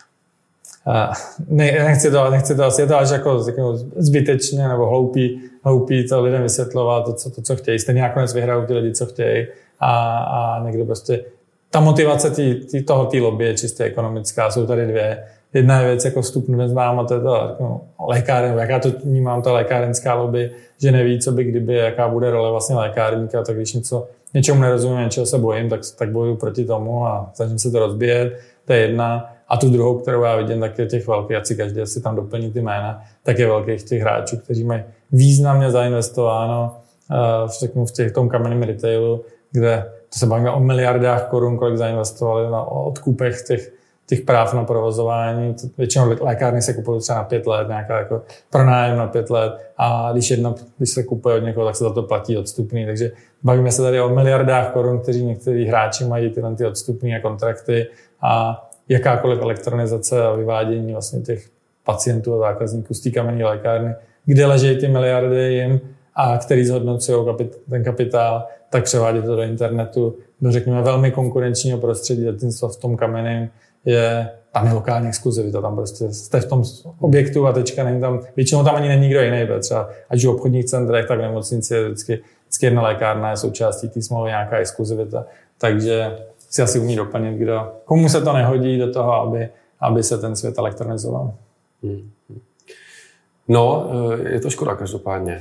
A ne, nechci to, nechci to asi, je to až jako, jako zbytečně nebo hloupý, hloupý to lidem vysvětlovat, to, co, to, co chtějí. Stejně nakonec vyhrajou ty lidi, co chtějí a, a někdo prostě, ta motivace tý, tý, toho té lobby je čistě ekonomická, jsou tady dvě. Jedna je věc jako vstup neznám a to je to jako lékáren, jak já to vnímám, ta lékárenská lobby, že neví, co by kdyby, jaká bude role vlastně lékárníka, tak když něco, něčemu nerozumím, něčeho se bojím, tak, tak bojuju proti tomu a snažím se to rozbíjet, to je jedna. A tu druhou, kterou já vidím, tak je těch velkých, ať si každý asi tam doplní ty jména, tak je velkých těch hráčů, kteří mají významně zainvestováno v, v těch, tom kamenném retailu, kde to se bavíme o miliardách korun, kolik zainvestovali na odkupech těch těch práv na provozování. Většinou lékárny se kupují třeba na pět let, nějaká jako pronájem na pět let a když jedno, když se kupuje od někoho, tak se za to platí odstupný. Takže bavíme se tady o miliardách korun, kteří někteří hráči mají tyhle ty odstupný a kontrakty a jakákoliv elektronizace a vyvádění vlastně těch pacientů a zákazníků z té kamenné lékárny, kde leží ty miliardy jim a který zhodnocují kapit, ten kapitál, tak převádět to do internetu, do řekněme velmi konkurenčního prostředí, zatímco v tom kamenném je tam je lokální exkluzivita, tam prostě jste v tom objektu a tečka, není tam, většinou tam ani není nikdo jiný, třeba ať v obchodních centrech, tak v nemocnici je vždycky, vždycky jedna lékárna je součástí té smlouvy nějaká exkluzivita, takže si asi umí doplnit, kdo, komu se to nehodí do toho, aby, aby se ten svět elektronizoval. Hmm. No, je to škoda každopádně.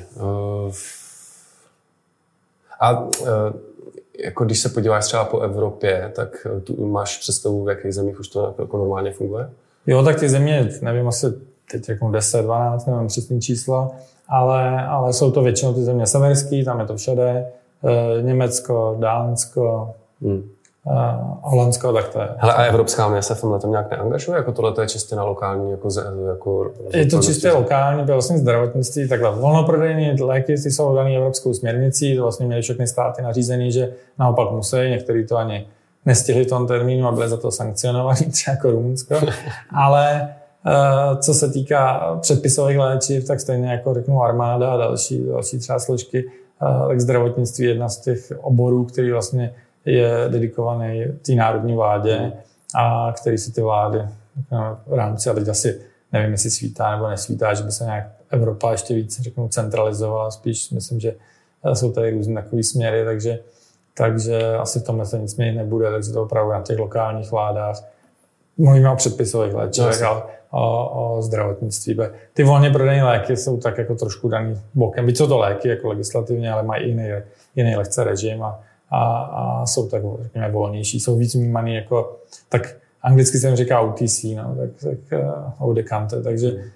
A jako když se podíváš třeba po Evropě, tak tu máš představu, v jakých zemích už to jako normálně funguje? Jo, tak ty země, nevím, asi teď jako deset, dvanáct, nevím přesný číslo, ale, ale jsou to většinou ty země severský, tam je to všude, Německo, Dánsko, hmm. Holandsko, tak to je. Hele, a Evropská unie se v tomhle tom nějak neangažuje? Jako tohle to je čistě na lokální? Jako, jako je to čistě lokální, vlastně zdravotnictví, takhle volnoprodejní léky ty jsou daný evropskou směrnicí, to vlastně měly všechny státy nařízený, že naopak musí, některý to ani nestihli v tom termínu a byli za to sankcionovaní, třeba jako Rumunsko. Ale co se týká předpisových léčiv, tak stejně jako řeknu armáda a další, další třeba složky, tak zdravotnictví je jedna z těch oborů, který vlastně je dedikovaný té národní vládě a který si ty vlády v rámci, a teď asi nevím, jestli svítá nebo nesvítá, že by se nějak Evropa ještě víc, řeknu, centralizovala. Spíš myslím, že jsou tady různé takové směry, takže, takže asi v tomhle se nic měnit nebude, takže to opravdu na těch lokálních vládách. Mluvíme o předpisových léčivech a o, o zdravotnictví. Ty volně prodejné léky jsou tak jako trošku daný bokem. Byť jsou to léky jako legislativně, ale mají jiný, jiný lehce režim a, a, a jsou tak, řekněme, volnější. Jsou víc vnímaný jako, tak anglicky se jim říká O T C, no, tak, tak uh, over the counter, takže uh,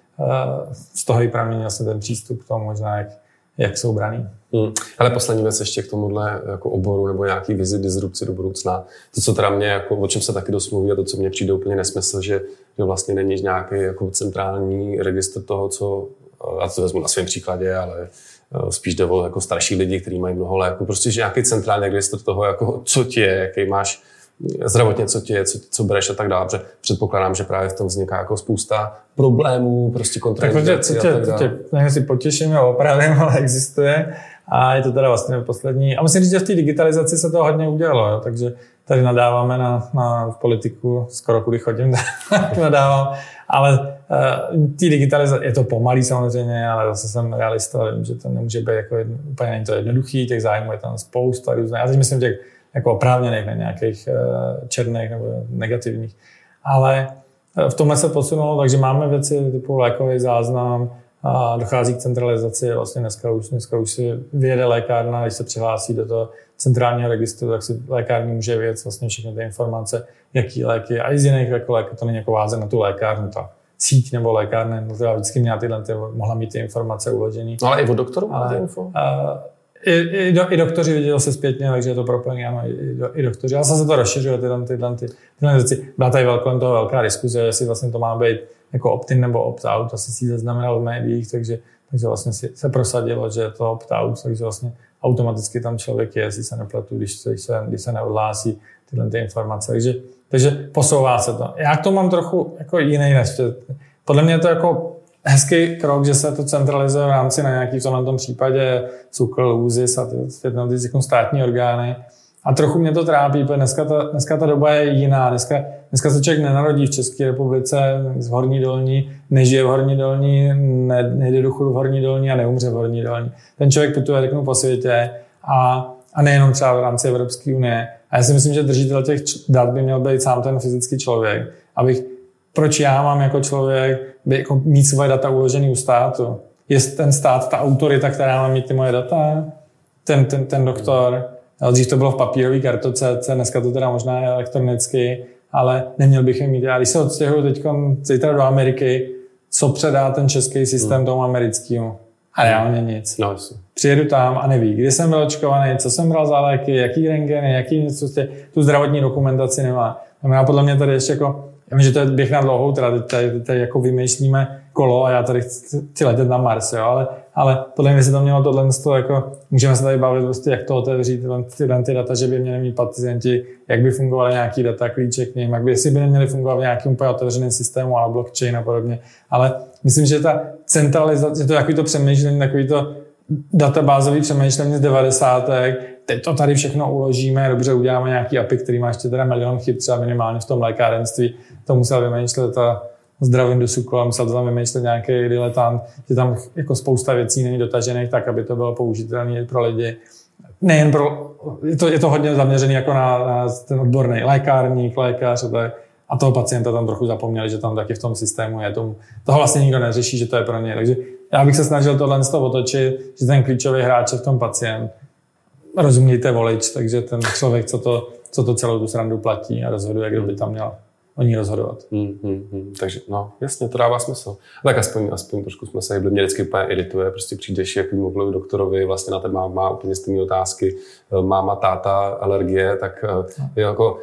z toho i pramení vlastně ten přístup k tomu možná, jak, jak jsou braný. Hmm. Ale poslední věc ještě k tomuhle jako oboru nebo nějaký vizi disrupci do budoucna. To, co teda mě, jako, o čem se taky dost mluví a to, co mě přijde úplně nesmysl, že, že vlastně není nějaký jako centrální registr toho, co, já to vezmu na svém příkladě, ale spíš jde o jako starší lidi, kteří mají mnoho léků. Prostě že nějaký centrální registr toho, jako, co ti je, jaký máš zdravotně, co ti je, co, co bereš a tak dále. Předpokládám, že právě v tom vzniká jako spousta problémů, prostě kontraindikací a tak dále. Tak nevím, si potěším a opravím, ale existuje. A je to teda vlastně poslední. A musím říct, že v té digitalizaci se to hodně udělalo, jo? Takže tady nadáváme na, na politiku, skoro kudy chodím, tak nadávám. Ale uh, té digitalizace, je to pomalý samozřejmě, ale zase jsem realista, vím, že to nemůže být jako jedno, úplně není to jednoduchý, těch zájmů je tam spousta různých. Já teď myslím těch jako oprávněných, ne nějakých uh, černých nebo negativních. Ale v tomhle se posunulo, takže máme věci typu lékový záznam, a dochází k centralizaci. Vlastně dneska už, dneska už si vyjede lékárna, když se přihlásí do toho centrálního registru, tak si lékární může vědět vlastně všechny ty informace, jaký léky a i z jiných jako léky, to není jako váze na tu lékárnu, ta síť nebo lékárna, no to vždycky měla tyhle, ty, mohla mít ty informace uložený. No ale i od doktorů máte info? A, i, i, do, I doktoři viděli se zpětně, takže je to propojené, ano, i, do, i doktoři. Ale se to rozšiřuje, tyhle, tyhle, tyhle, tyhle věci. Byla tady kolem toho velká diskuze, jestli vlastně to má být jako opt-in nebo opt-out, asi si zaznamenal v médiích, takže, takže vlastně si, se prosadilo, že je to opt-out, takže vlastně automaticky tam člověk je, jestli se nepletu, když se, když se, když se neodhlásí tyhle ty informace. Takže, takže posouvá se to. Já to mám trochu jako jiný než. Podle mě je to jako hezký krok, že se to centralizuje v rámci na nějaký v tomhle případě SÚKL, ÚZIS a ty, ty, ty státní orgány. A trochu mě to trápí, protože dneska ta, dneska ta doba je jiná. Dneska, dneska se člověk nenarodí v České republice z Horní Dolní, nežije v Horní Dolní, ne, nejde do chudu v Horní Dolní a neumře v Horní Dolní. Ten člověk putuje řeknu po světě a, a nejenom třeba v rámci Evropské unie. A já si myslím, že držitel těch dat by měl být sám ten fyzický člověk. Abych, proč já mám jako člověk by jako mít svoje data uložený u státu? Je ten stát ta autorita, která má mít ty moje data? Ten, ten, ten doktor? Dřív to bylo v papírové kartoce, dneska to teda možná je elektronicky, ale neměl bych je mít. Já když se odstěhuju teď zítra do Ameriky, co předá ten český systém hmm. tomu americkému? A reálně nic. No, Přijedu tam a neví, kdy jsem byl očkovaný, co jsem bral za léky, jaký rentgeny, jaký něco, prostě tu zdravotní dokumentaci nemá. A podle mě tady ještě jako, já vím, že to je běh na dlouhou, teda teď tady, tady jako vymýšlíme kolo a já tady chci, chci letět na Mars, jo, ale, ale podle mě se to mělo tohle z toho, jako, můžeme se tady bavit prostě, jak to otevřít, tyhle ty data, že by měly mít pacienti, jak by fungovaly nějaký data, klíče k ním, jak by, jestli by neměly fungovat v nějakým úplně otevřeném systému, ale blockchain a podobně. Ale myslím, že ta centralizace, to takový to přemýšlení, takový to databázový přemýšlení z devadesátek, teď to tady všechno uložíme, dobře uděláme nějaký API, který má ještě teda milion chyb, třeba minimálně v tom lékárenství, to musel vymýšlet ta zdravím do SÚKL, musel to tam vymýšlet nějaký diletant, že tam jako spousta věcí není dotažených tak, aby to bylo použitelné pro lidi. Nejen pro, je to, je to hodně zaměřené jako na, na ten odborný lékárník, lékař a, a toho pacienta tam trochu zapomněli, že tam taky v tom systému je. Tomu, toho vlastně nikdo neřeší, že to je pro ně. Takže já bych se snažil tohle z toho otočit, že ten klíčový hráč je v tom pacient. Rozumějte volič, takže ten člověk, co to, co to celou tu srandu platí a rozhoduje, kdo by tam měl o ní rozhodovat. Hmm, hmm, hmm. Takže no, jasně, to dává smysl. Tak aspoň, aspoň trošku jsme se hybli. Mě vždycky úplně irituje, prostě přijdeš jak mluvil doktorovi, vlastně na tebe má, má úplně stejné otázky, máma, táta, alergie, tak je jako,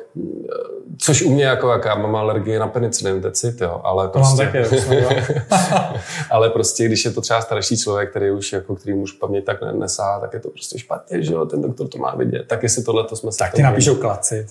což u mě jako jaká mám alergie na penicilin, decit, jo, ale prostě, to také, ale prostě, když je to třeba starší člověk, který už jako, který už paměť tak nesá, tak je to prostě špatně, že jo, ten doktor to má vidět. Tak jestli tohleto jsme se... Tak ty napíšou klaci.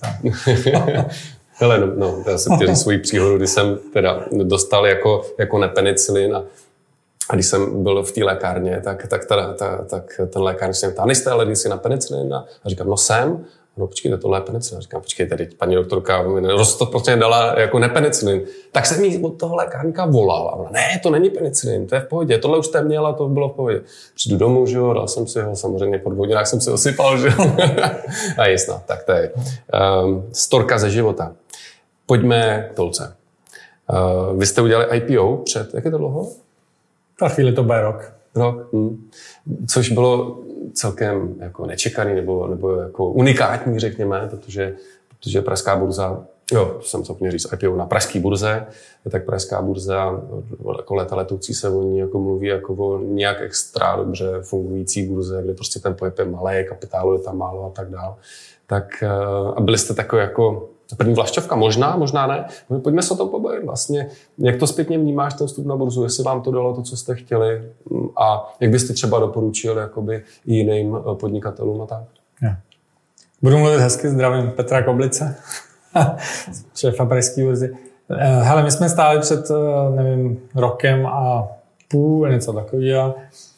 Hele, no, no, já jsem chtěl svoji příhodu, kdy jsem teda dostal jako, jako nepenicilin a, a když jsem byl v té lékárně, tak, tak, ta, ta, tak ten lékárník se mě ptá, nejste alergici na penicilin? A říkám, no jsem. No počkejte, tohle je penicilin. Říkám, počkejte, teď paní doktorka mi sto procent dala jako nepenicilin. Tak jsem jí od toho lékárníka volal. A ona, ne, to není penicilin, to je v pohodě. Tohle už jste měla, to bylo v pohodě. Přijdu domů, že jo, dal jsem si ho, samozřejmě po dvou hodinách jsem si osypal, že jo. A jistá, tak to je um, storka ze života. Pojďme k Tolce. Uh, vy jste udělali I P O před, jak je to dlouho? Ta chvíli to bude rok. Rok, hm. Což bylo celkem jako nečekaný nebo, nebo jako unikátní, řekněme, protože, protože pražská burza, jo, jsem zapomněl říct I P O na pražské burze, tak pražská burza, jako léta letoucí se o ní jako mluví jako o nějak extra dobře fungující burze, kde prostě ten pohyb je malý, kapitálu je tam málo a tak dál. Tak a byli jste takový jako první vlašťovka, možná, možná ne. Pojďme se o tom pobavit vlastně. Jak to zpětně vnímáš ten vstup na burzu, jestli vám to dalo to, co jste chtěli a jak byste třeba doporučil jakoby i jiným podnikatelům a tak? Ja. Budu mluvit hezky, zdravím Petra Koblice, šéfa pražské burzy. Hele, my jsme stáli před, nevím, rokem a půl, něco takového.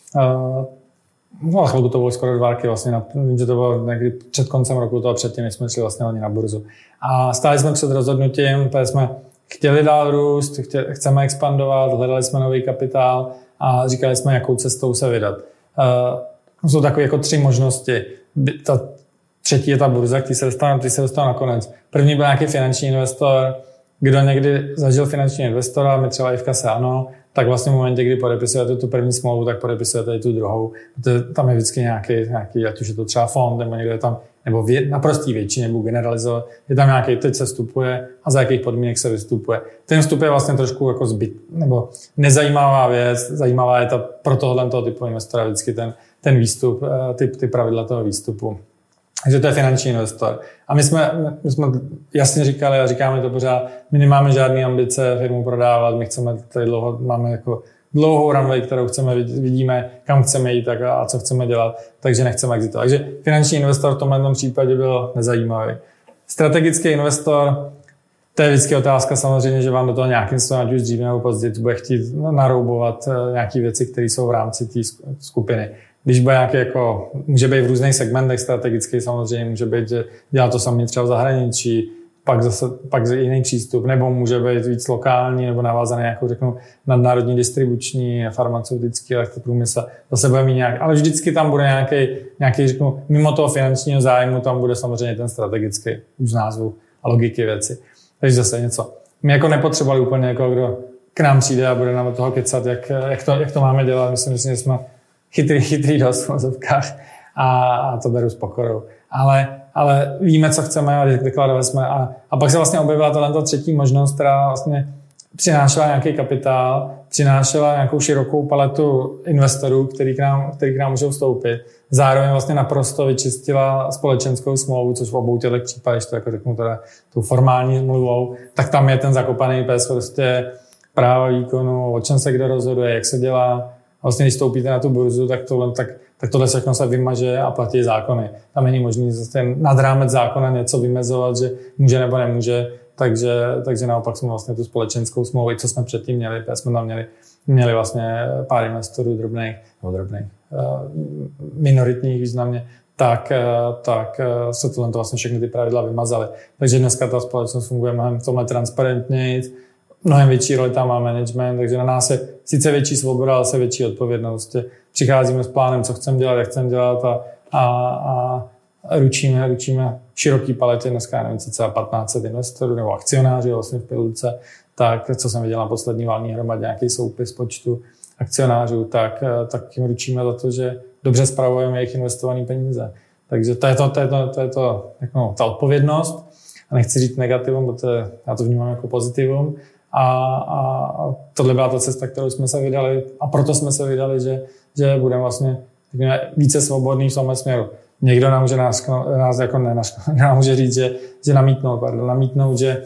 No a chvilku to bylo skoro dva roky vlastně, vím, že to bylo někdy před koncem roku, toho předtím, než jsme šli vlastně na burzu. A stáli jsme před rozhodnutím, protože jsme chtěli dál růst, chtěli, chceme expandovat, hledali jsme nový kapitál a říkali jsme, jakou cestou se vydat. Uh, jsou takové jako tři možnosti. Ta třetí je ta burza, který se dostal, který se dostal nakonec. První byl nějaký finanční investor, kdo někdy zažil finanční investora, my třeba i v kase ano, tak vlastně v momentě, kdy podepisujete tu první smlouvu, tak podepisujete i tu druhou. Protože tam je vždycky nějaký, nějaký, ať už je to třeba fond, nebo někdo je tam, nebo vě, naprostý většině, nebo generalizovat, je tam nějaký, teď se vstupuje a za jakých podmínek se vystupuje. Ten vstup je vlastně trošku jako zbyt, nebo nezajímavá věc, zajímavá je ta pro tohle toho typu investora vždycky ten, ten výstup, ty, ty pravidla toho výstupu. Takže to je finanční investor. A my jsme, my jsme jasně říkali a říkáme to pořád, my nemáme žádné ambice firmu prodávat, my chceme tady dlouho, máme jako dlouhou runway, kterou chceme, vidíme, kam chceme jít a, a co chceme dělat, takže nechceme exitovat. Takže finanční investor v tomhle případě byl nezajímavý. Strategický investor, to je vždycky otázka samozřejmě, že vám do toho nějakým způsobem, ať už dříve nebo později, bude chtít naroubovat nějaké věci, které jsou v rámci té skupiny. Když bude nějaký jako, může být v různých segmentech strategicky, samozřejmě může být, že dělá to samý třeba v zahraničí, pak zase pak jiný přístup, nebo může být víc lokální, nebo navázaný nějakou, řeknu, nadnárodní distribuční, farmaceutický, elektroprůmysl, zase bude mít nějak, ale vždycky tam bude nějaký, nějaký, řeknu, mimo toho finančního zájmu, tam bude samozřejmě ten strategický, už z názvu a logiky věci. Takže zase něco. My jako nepotřebovali úplně jako, kdo k nám přijde a bude nám od toho kecat, jak, jak, to, jak to máme dělat. Myslím, že jsme chytrý, chytrý dost v mozovkách a, a to beru s pokorou. Ale, ale víme, co chceme a deklarovali jsme. A, a pak se vlastně objevila tato třetí možnost, která vlastně přinášela nějaký kapitál, přinášela nějakou širokou paletu investorů, který k nám, který k nám můžou vstoupit. Zároveň vlastně naprosto vyčistila společenskou smlouvu, což v obou těchto případech, to jako řeknu teda tou formální smlouvou, tak tam je ten zakopaný pes, prostě práva výkonu, o čem se kdo rozhoduje, jak se dělá. Vlastně, když vstoupíte na tu burzu, tak tohle, tak, tak tohle všechno se vymaže a platí zákony. Tam není možný nad rámec zákona něco vymezovat, že může nebo nemůže. Takže, takže naopak jsme vlastně tu společenskou smlouvu, co jsme předtím měli, jsme tam měli, měli vlastně pár investorů drobných, nebo drobných, minoritních významně, tak, tak se tohle vlastně všechny ty pravidla vymazaly. Takže dneska ta společnost funguje mnohem v tomhle transparentněji, mnohem větší roli tam má management, takže na nás je sice větší svoboda, ale se větší odpovědnost. Přicházíme s plánem, co chceme dělat, jak chceme dělat a, a, a ručíme, ručíme široký paletě, dneska nevím, cca patnáct set investorů nebo akcionářů vlastně v pilulce, tak co jsem viděl na poslední valní hromadě, nějaký soupis počtu akcionářů, tak, tak jim ručíme za to, že dobře spravujeme jejich investované peníze. Takže to je to, to, je to, to, je to jako, ta odpovědnost. A nechci říct negativum, protože já to vnímám jako pozitivum. A, a tohle byla ta cesta, kterou jsme se vydali a proto jsme se vydali, že, že budeme vlastně více svobodný v tomhle směru. Někdo nám může nás, nás jako ne, nám může říct, že, že namítnout, pardon, namítnout, že,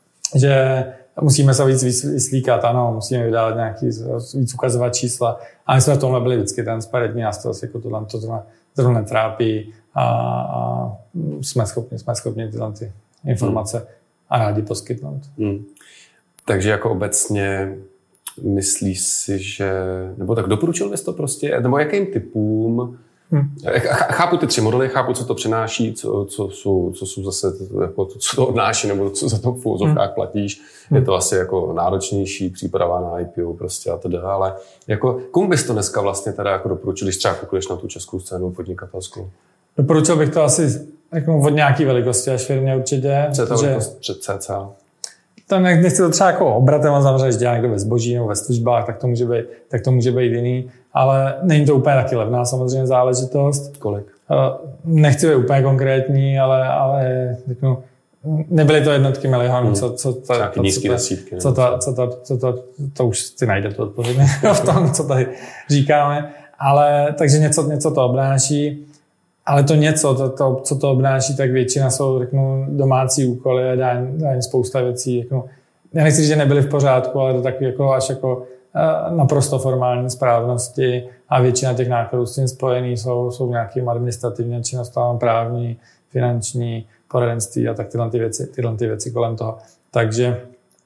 že musíme se víc vyslíkat, ano, musíme vydávat nějaký, víc ukazovat čísla. A my jsme v tomhle byli vždycky transparentní, nás to asi jako tohle, to zrovna netrápí a, a jsme schopni, jsme schopni tyhle ty informace hmm. a rádi poskytnout. Hmm. Takže jako obecně myslíš si, že, nebo tak doporučil bys to prostě, nebo jakým typům Hmm. Chápu ty tři modely, chápu, co to přináší, co, co, jsou, co jsou zase, jako, co to odnáší, nebo co za to v úvozovkách hmm. platíš. Je to asi jako náročnější příprava na I P O prostě a teda, ale jako, komu bys to dneska vlastně teda jako doporučil, když třeba koukuješ na tu českou scénu podnikatelskou? Doporučil bych to asi jako od nějaký velikosti až firmě určitě. Co je to velikost před cca? Tam nechci to třeba jako obratem a zavřít, že dělá někdo ve zboží nebo ve službách, tak to může být, tak to může být jiný. Ale není to úplně taky levná samozřejmě záležitost. Kolik? Nechci být úplně konkrétní, ale, ale řeknu, nebyly to jednotky milionů, hmm. co, co, to, to, nízký co, desítky, co, to, co, to, co to, to už si najde to odpověď v tom, co tady říkáme. Ale takže něco, něco to obnáší. Ale to něco, to, to, co to obnáší, tak většina jsou, řeknu, domácí úkoly a dá, dá spousta věcí. Řeknu, já nechci říct, že nebyly v pořádku, ale to taky jako až jako uh, naprosto formální správnosti a většina těch nákladů s tím spojený jsou, jsou nějakým administrativní činnostem, právní, finanční, poradenství a tak tyhle ty věci, tyhle ty věci kolem toho. Takže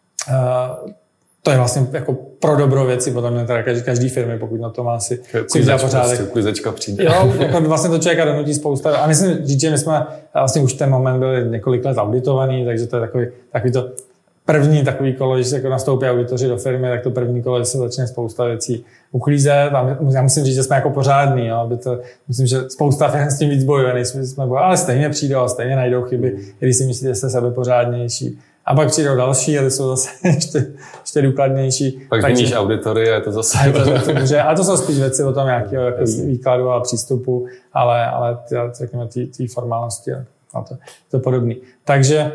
uh, to je vlastně jako pro dobrou věci, potom teda každý, každý firmy, pokud na to má si, si udělat pořádek. Klizečka přijde. Jo, jako vlastně to člověka donutí spousta. A myslím, že my jsme vlastně už ten moment byli několik let auditovaný, takže to je takový, takový to první takový kolo, když se jako nastoupí auditoři do firmy, tak to první kolo, že se začne spousta věcí uklízet. A já musím říct, že jsme jako pořádný, jo, aby to, myslím, že spousta firm s tím víc bojuje, nejsme, jsme bojili, ale stejně přijdou, stejně najdou chyby, když si myslíte, že jste sebe pořádnější. A pak přijdou další, ale jsou zase ještě, ještě důkladnější. Pak změníš auditory a je to zase... A to, to může, a to jsou spíš věci o tom nějakého jako výkladu a přístupu, ale, ale ty formálnosti a to, to podobný. Takže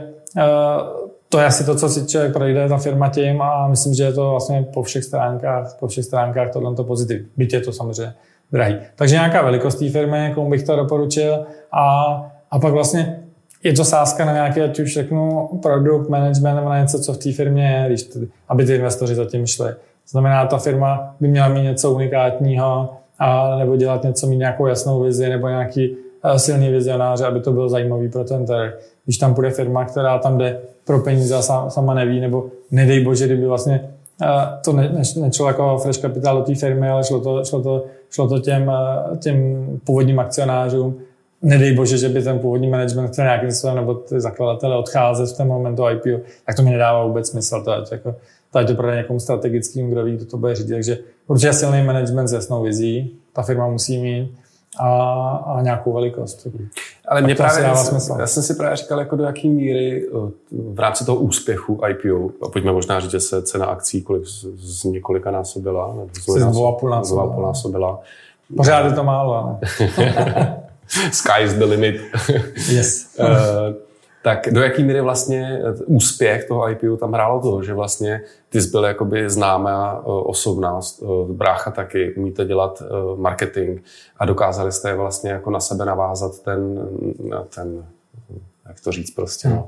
to je asi to, co si člověk projde ta firma tím a myslím, že je to vlastně po všech stránkách, po všech stránkách tohle pozitiv. Byť je to samozřejmě drahý. Takže nějaká velikost té firmy, komu bych to doporučil a, a pak vlastně je to sázka na nějaký, ať už řeknu, produkt, management nebo na něco, co v té firmě je, když to, aby ty investoři za tím šli. Znamená, ta firma by měla mít něco unikátního a nebo dělat něco, mít nějakou jasnou vizi nebo nějaký uh, silný vizionáře, aby to bylo zajímavý pro ten trh. Když tam bude firma, která tam jde pro peníze a sama, sama neví, nebo nedej bože, kdyby vlastně uh, to ne, ne, nešlo jako fresh capital do té firmy, ale šlo to, šlo to, šlo to těm, uh, těm původním akcionářům. Nedej bože, že by ten původní management chtěl nějakým způsobem, nebo ty zakladatelé odcházet v ten momentu I P O, tak to mi nedává vůbec smysl. To je to, jako, to, je to pro někomu strategickým, kdo ví, kdo to bude řídit. Takže určitě silný management s jasnou vizí, ta firma musí mít a, a nějakou velikost. Ale mě právě, já, já jsem si právě říkal, jako do jaký míry v rámci toho úspěchu I P O, a pojďme možná říct, že se cena akcí kolik z, z několika násobila, z dvou a půl násobila. násobila. Pořád je to málo, ale... Sky is the limit. Yes. uh, tak do jaký míry vlastně úspěch toho I P O tam hrálo toho, že vlastně ty jsi byl jakoby známá osobnost, brácha taky, umíte dělat marketing a dokázali jste vlastně jako na sebe navázat ten, ten jak to říct prostě, no.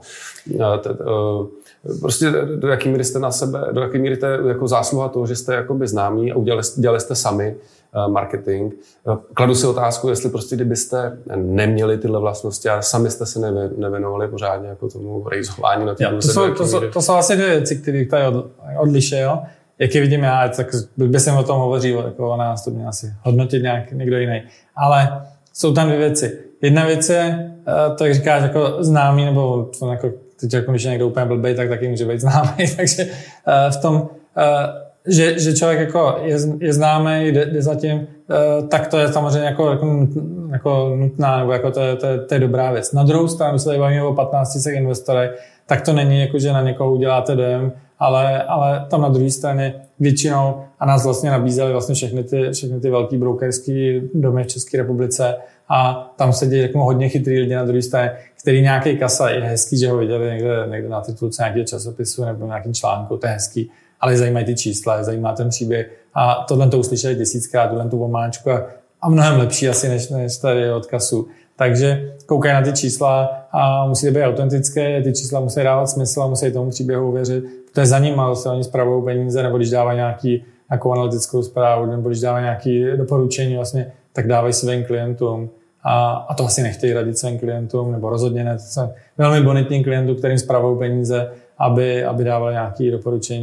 Prostě do jaký míry jste na sebe, do jaký míry to je jako zásluha toho, že jste jakoby známí a udělali, dělali jste sami marketing. Kladu si otázku, jestli prostě kdybyste neměli tyhle vlastnosti a sami jste se nevěnovali pořádně jako tomu rejzování na ty to, jsou, to, jsou, to jsou asi dvě věci, které tady od, odlišuje, jo. Jak je vidím já, tak by jsem o tom hovořil, jako o nás to mě asi hodnotit nějak někdo jiný. Ale jsou tam dvě věci. Jedna věc je, to jak říkáš, jako známý, nebo to jako, teď jako když je někdo úplně blbej, tak taky může být známý, takže v tom, že, že člověk jako je, je známý, jde, jde za tím, tak to je samozřejmě jako, jako, jako nutná, nebo jako to, je, to, je, to je dobrá věc. Na druhou stranu, když se tady bavíme o patnácti investorech, tak to není jako, že na někoho uděláte dojem, ale, ale tam na druhé straně většinou, a nás vlastně nabízeli vlastně všechny ty, všechny ty velký brokerský domy v České republice a tam sedí jako hodně chytrý lidi na druhé straně, který nějaký kasa, je hezký, že ho viděli někde, někde na titulce nějakého časopisu nebo nějakým článku, to je hezký, ale zajímají ty čísla, zajímá ten příběh a tohle to uslyšeli tisíckrát, tohle tu omáčku a, a mnohem lepší asi než, než tady od kasu. Takže koukají na ty čísla a musí být autentické, ty čísla musí dávat smysl a musí tomu příběhu uvěřit. To je za ním, ale se oni spravují peníze, nebo když dávají nějaký, nějakou analytickou zprávu, nebo když dávají nějaké doporučení, vlastně, tak dávají svým klientům. A, a to asi nechtějí radit svým klientům, nebo rozhodně ne. Velmi bonitním klientům, kterým spravují peníze, aby, aby dávali nějaké doporučení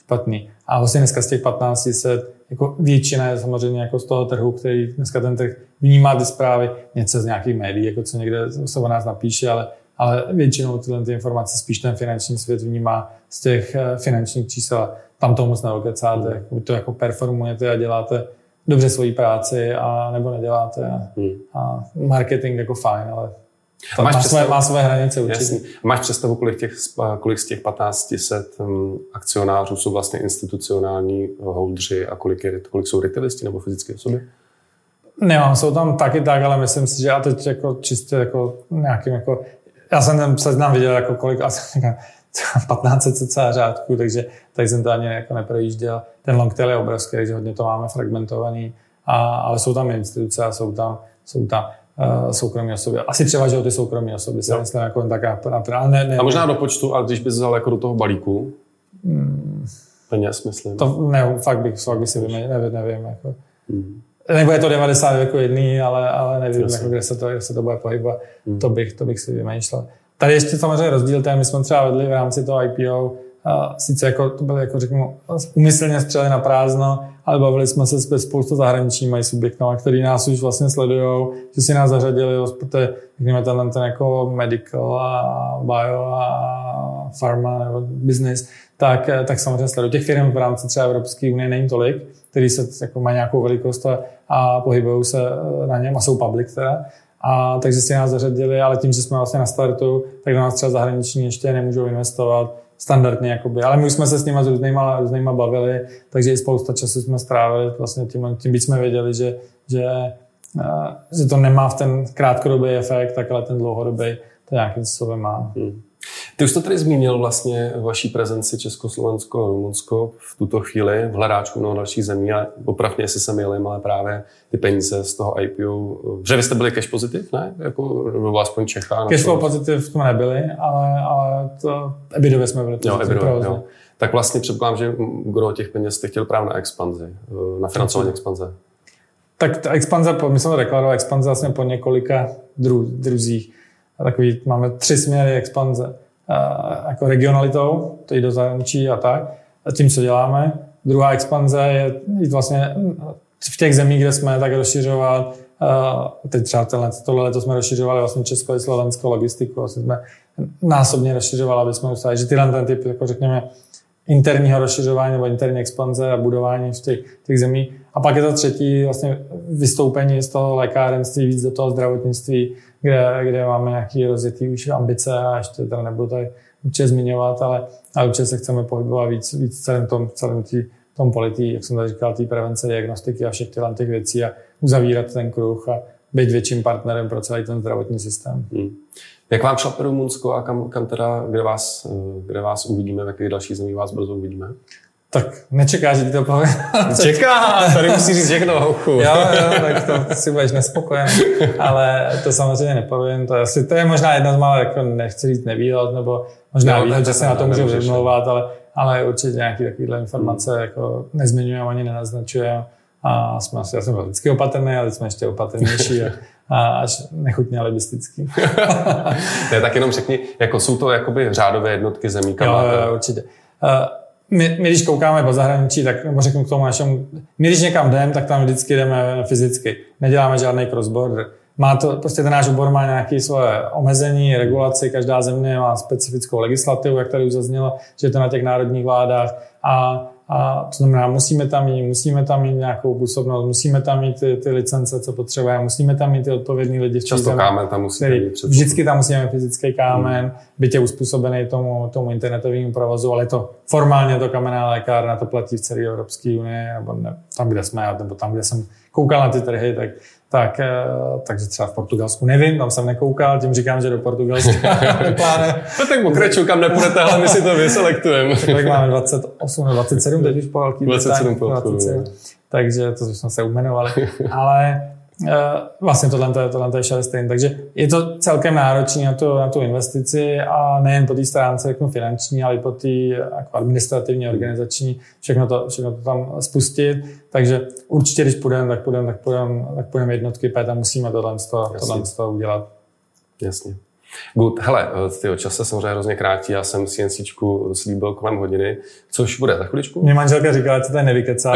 špatný. A vlastně dneska z těch patnáct set, jako většina je samozřejmě jako z toho trhu, který dneska ten trh vnímá ty zprávy, něco z nějakých médií, jako co někde se o nás napíše, ale, ale většinou tyhle ty informace spíš ten finanční svět vnímá z těch finančních čísel. Tam to moc neokecáte, hmm. buď to jako performujete a děláte dobře svoji práci, a nebo neděláte. A, hmm. a marketing jako fajn, ale to má, své, má své hranice určitě. Máš představu, kolik, těch, kolik z těch patnáct set um, akcionářů jsou vlastně institucionální holdři a kolik, je, kolik jsou retailisti nebo fyzické osoby? Nemám, jsou tam taky tak, ale myslím si, že a teď jako čistě jako nějakým jako, já jsem ten seznam viděl jako kolik, asi patnáct set cca řádků, takže tak jsem to ani jako neprojížděl. Ten long tail je obrovský, takže hodně to máme fragmentovaný, a, ale jsou tam instituce a jsou tam, jsou tam uh, soukromí osoby. Asi převažují ty soukromí osoby, se myslím jako tak na, ne, ne, a možná do počtu, ale když bys vzal jako do toho balíku, hmm. peněz, myslím. To ne, fakt bych, fakt bych si vyměnil, nevím, nevím jako. Hmm. Nebo je to devadesát jako jedný, ale, ale nevím, jako, kde, se to, kde se to bude pohybovat. Hmm. To, bych, to bych si vymýšlel. Tady ještě samozřejmě rozdíl, ten my jsme třeba vedli v rámci toho I P O, a sice jako, to bylo jako řeknu, umyslně střely na prázdno, ale bavili jsme se s spoustu zahraničními subjektama, který nás už vlastně sledujou, že si nás zařadili, protože řekněme tenhle ten jako medical a bio a pharma nebo business, tak, tak samozřejmě sledují. Těch firm v rámci třeba Evropské unie není tolik, který se jako mají nějakou velikost a, a pohybují se na něm a jsou public teda. A takže si nás zařadili, ale tím, že jsme vlastně na startu, tak do nás třeba zahraniční ještě nemůžou investovat standardně, jakoby. Ale my už jsme se s nimi s různýma, různýma bavili, takže i spousta času jsme strávili vlastně tím, tím byť jsme věděli, že, že, že to nemá v ten krátkodobý efekt, tak ale ten dlouhodobý to nějakým způsobem má. Hmm. Ty už to tady zmínil vlastně vaší prezenci Československo a Rumunsko v tuto chvíli v hledáčku mnoho dalších zemí a opravdu, jestli jsem jeli, ale právě ty peníze z toho I P O. Že vy jste byli cash pozitiv, ne? Jako, nebo aspoň Čechá. Cash flow pozitiv jsme nebyli, ale, ale to ebidově jsme byli pozitiv. Jo, jo. Tak vlastně předpokládám, že gro těch peněz jste chtěl právě na expanzi, na financování expanze. Tak ta expanze, my jsme to deklarovali, expanze vlastně po několika dru, druzích. A takový, máme tři směry expanze. Uh, jako regionalitou, to jde do zahraničí a tak. A tím, co děláme. Druhá expanze je jít vlastně v těch zemích, kde jsme, tak rozšiřovat. Uh, teď třeba tenhle, tohle leto jsme rozšiřovali vlastně Česko i Slovensko logistiku. Vlastně jsme násobně rozšiřovali, aby jsme dostali, že tyhle ten typ, jako řekněme, interního rozšiřování nebo interní expanze a budování v těch, těch zemích. A pak je to třetí vlastně vystoupení z toho lékárenství víc do toho zdravotnictví, kde, kde máme nějaký rozjetý už ambice a ještě teda nebudu tady určitě zmiňovat, ale, ale určitě se chceme pohybovat víc, víc celém tom, celém tý, tom polití, jak jsem tady říkal, té prevence, diagnostiky a všech těch věcí a uzavírat ten kruh a být větším partnerem pro celý ten zdravotní systém. Hmm. Jak vám šlape Rumunsko a kam, kam teda, kde vás, kde vás uvidíme, v jakých dalších zemích vás brzo uvidíme? Tak nečeká, že ti to povím. Čeká, tady musíš říct všechno, houchu. Jo, jo, tak to si budeš nespokojen, ale to samozřejmě nepovím. To je, asi, to je možná jedna z mála, jako nechci říct nevýhod, nebo možná jo, výhod, že se na to můžu vymlouvat, ale, ale určitě nějaké takovéhle informace hmm. jako nezmiňujeme ani nenaznačujeme. A jsme asi, já jsem byl vždycky opatrný, ale jsme ještě opatrnější a, a až nechutně alibistický. Ne, tak jenom řekni, jako jsou to jakoby řádové jednotky zemí, kam jo, máte? Jo, určitě. Uh, My, my, když koukáme po zahraničí, tak nebo řeknu k tomu našemu, my když někam jdeme, tak tam vždycky jdeme fyzicky. Neděláme žádný cross-border. Má to, prostě ten náš obor má nějaké svoje omezení, regulaci, každá země má specifickou legislativu, jak tady už zaznělo, že je to na těch národních vládách a, a to znamená, musíme tam mít, musíme tam mít nějakou působnost, musíme tam mít ty, ty licence, co potřebujeme, musíme tam mít ty odpovědní lidi v Často kámen tam musíme mít předtím. Vždycky tam musíme mít fyzický kámen, hmm. byť je uspůsobený tomu, tomu internetovému provozu, ale to formálně to kamenná lékárna, to platí v celé Evropské unii, nebo ne, tam, kde jsme, nebo tam, kde jsem koukal na ty trhy, tak Tak, takže třeba v Portugalsku nevím, tam jsem nekoukal, tím říkám, že do Portugalska nepláne. No tak pokračuju, kam nepůjdete, ale my si to vyselektujeme. Tak máme dvacet osm, dvacet sedm, teď už po velký dvacet sedm po takže to jsme se umenovali. Ale vlastně tohle, tohle je šalestejn. Takže je to celkem náročné na, to, na tu investici a nejen po té stránce jako finanční, ale i po té jako administrativní, organizační, všechno to, všechno to tam spustit. Takže určitě, když půjdeme, tak půjdeme, tak půjdeme, tak půjdeme jednotky, pět a musíme tohle, tohle, tohle udělat. Jasně. Good. Hele, tyjo, čas se samozřejmě hrozně krátí, já jsem CNCčku slíbil kolem hodiny, což bude za chviličku. Mě manželka říkala, že to je nevykecá.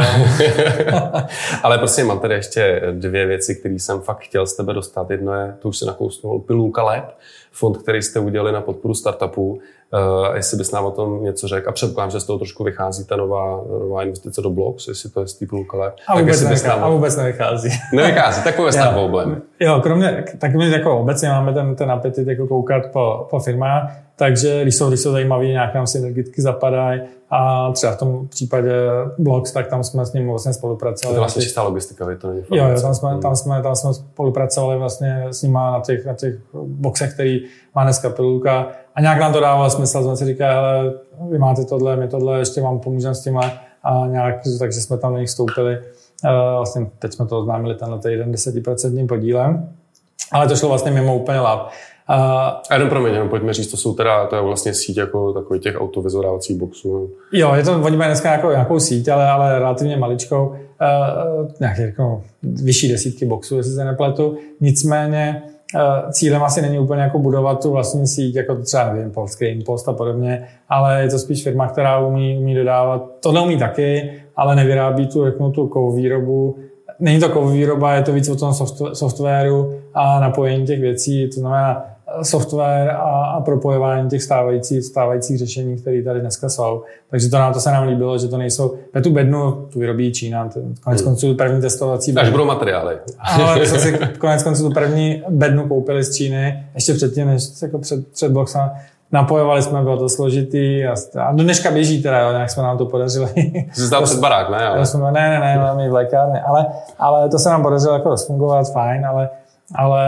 Ale prostě mám tady ještě dvě věci, které jsem fakt chtěl z tebe dostat. Jedno je, to už se nakousnul, Pilulka Lab, fond, který jste udělali na podporu startupů. Uh, jestli bys nám o tom něco řekl. A předpokládám, že z toho trošku vychází ta nová, nová investice do Blocks, jestli to je z té Pilulka Lab. A vůbec, nevychází, nám... a vůbec nevychází. Nevychází, tak pověz nám problém. Jo, kromě, tak my jako obecně máme ten, ten apetit jako koukat po, po firmách, takže když jsou, když jsou zajímavý, nějak nám synergicky zapadají a třeba v tom případě Blocks, tak tam jsme s ním vlastně spolupracovali. To je vlastně čistá logistika, vy to není Jo, jo, tam jsme, tam jsme, tam jsme spolupracovali vlastně s nima na těch, na těch boxech, který má dneska Pilulka. A nějak nám to dávalo smysl, jsme si říkali, hele, vy máte tohle, my tohle, ještě vám pomůžeme s těma a nějak, takže jsme tam na nich vstoupili. Vlastně teď jsme to oznámili tenhle jeden desetiprocentním podílem, ale to šlo vlastně mimo úplně lab. A jenom promiň, jenom pojďme říct, to jsou teda, to je vlastně síť jako takových těch autovyzorávacích boxů. Jo, je to, oni mají dneska jako nějakou síť, ale, ale relativně maličkou, uh, nějaké jako vyšší desítky boxů, jestli se nepletu. Nicméně uh, cílem asi není úplně jako budovat tu vlastní síť, jako třeba nevím, Polský Impost a podobně, ale je to spíš firma, která umí, umí dodávat, tohle umí taky, ale nevyrábí tu, řeknu, tu kovovýrobu. Není to kovovýroba, je to víc o tom softwaru a napojení těch věcí, to znamená software a, a propojování těch stávajících, stávajících řešení, které tady dneska jsou. Takže to, nám, to se nám líbilo, že to nejsou... Tu bednu tu vyrobí Čína, konec konců první testovací bednu. Až budou materiály. Ale my jsme si konec konců tu první bednu koupili z Číny, ještě předtím, než jako před, před Blocksem. Napojovali jsme, bylo to složitý a, a do dneška běží teda, jo, nějak jsme nám to podařili. Jsi zdal před barák, ne? Ale... Jsme, ne, ne, ne, máme v lékárně, ale, ale to se nám podařilo jako rozfungovat, fajn, ale, ale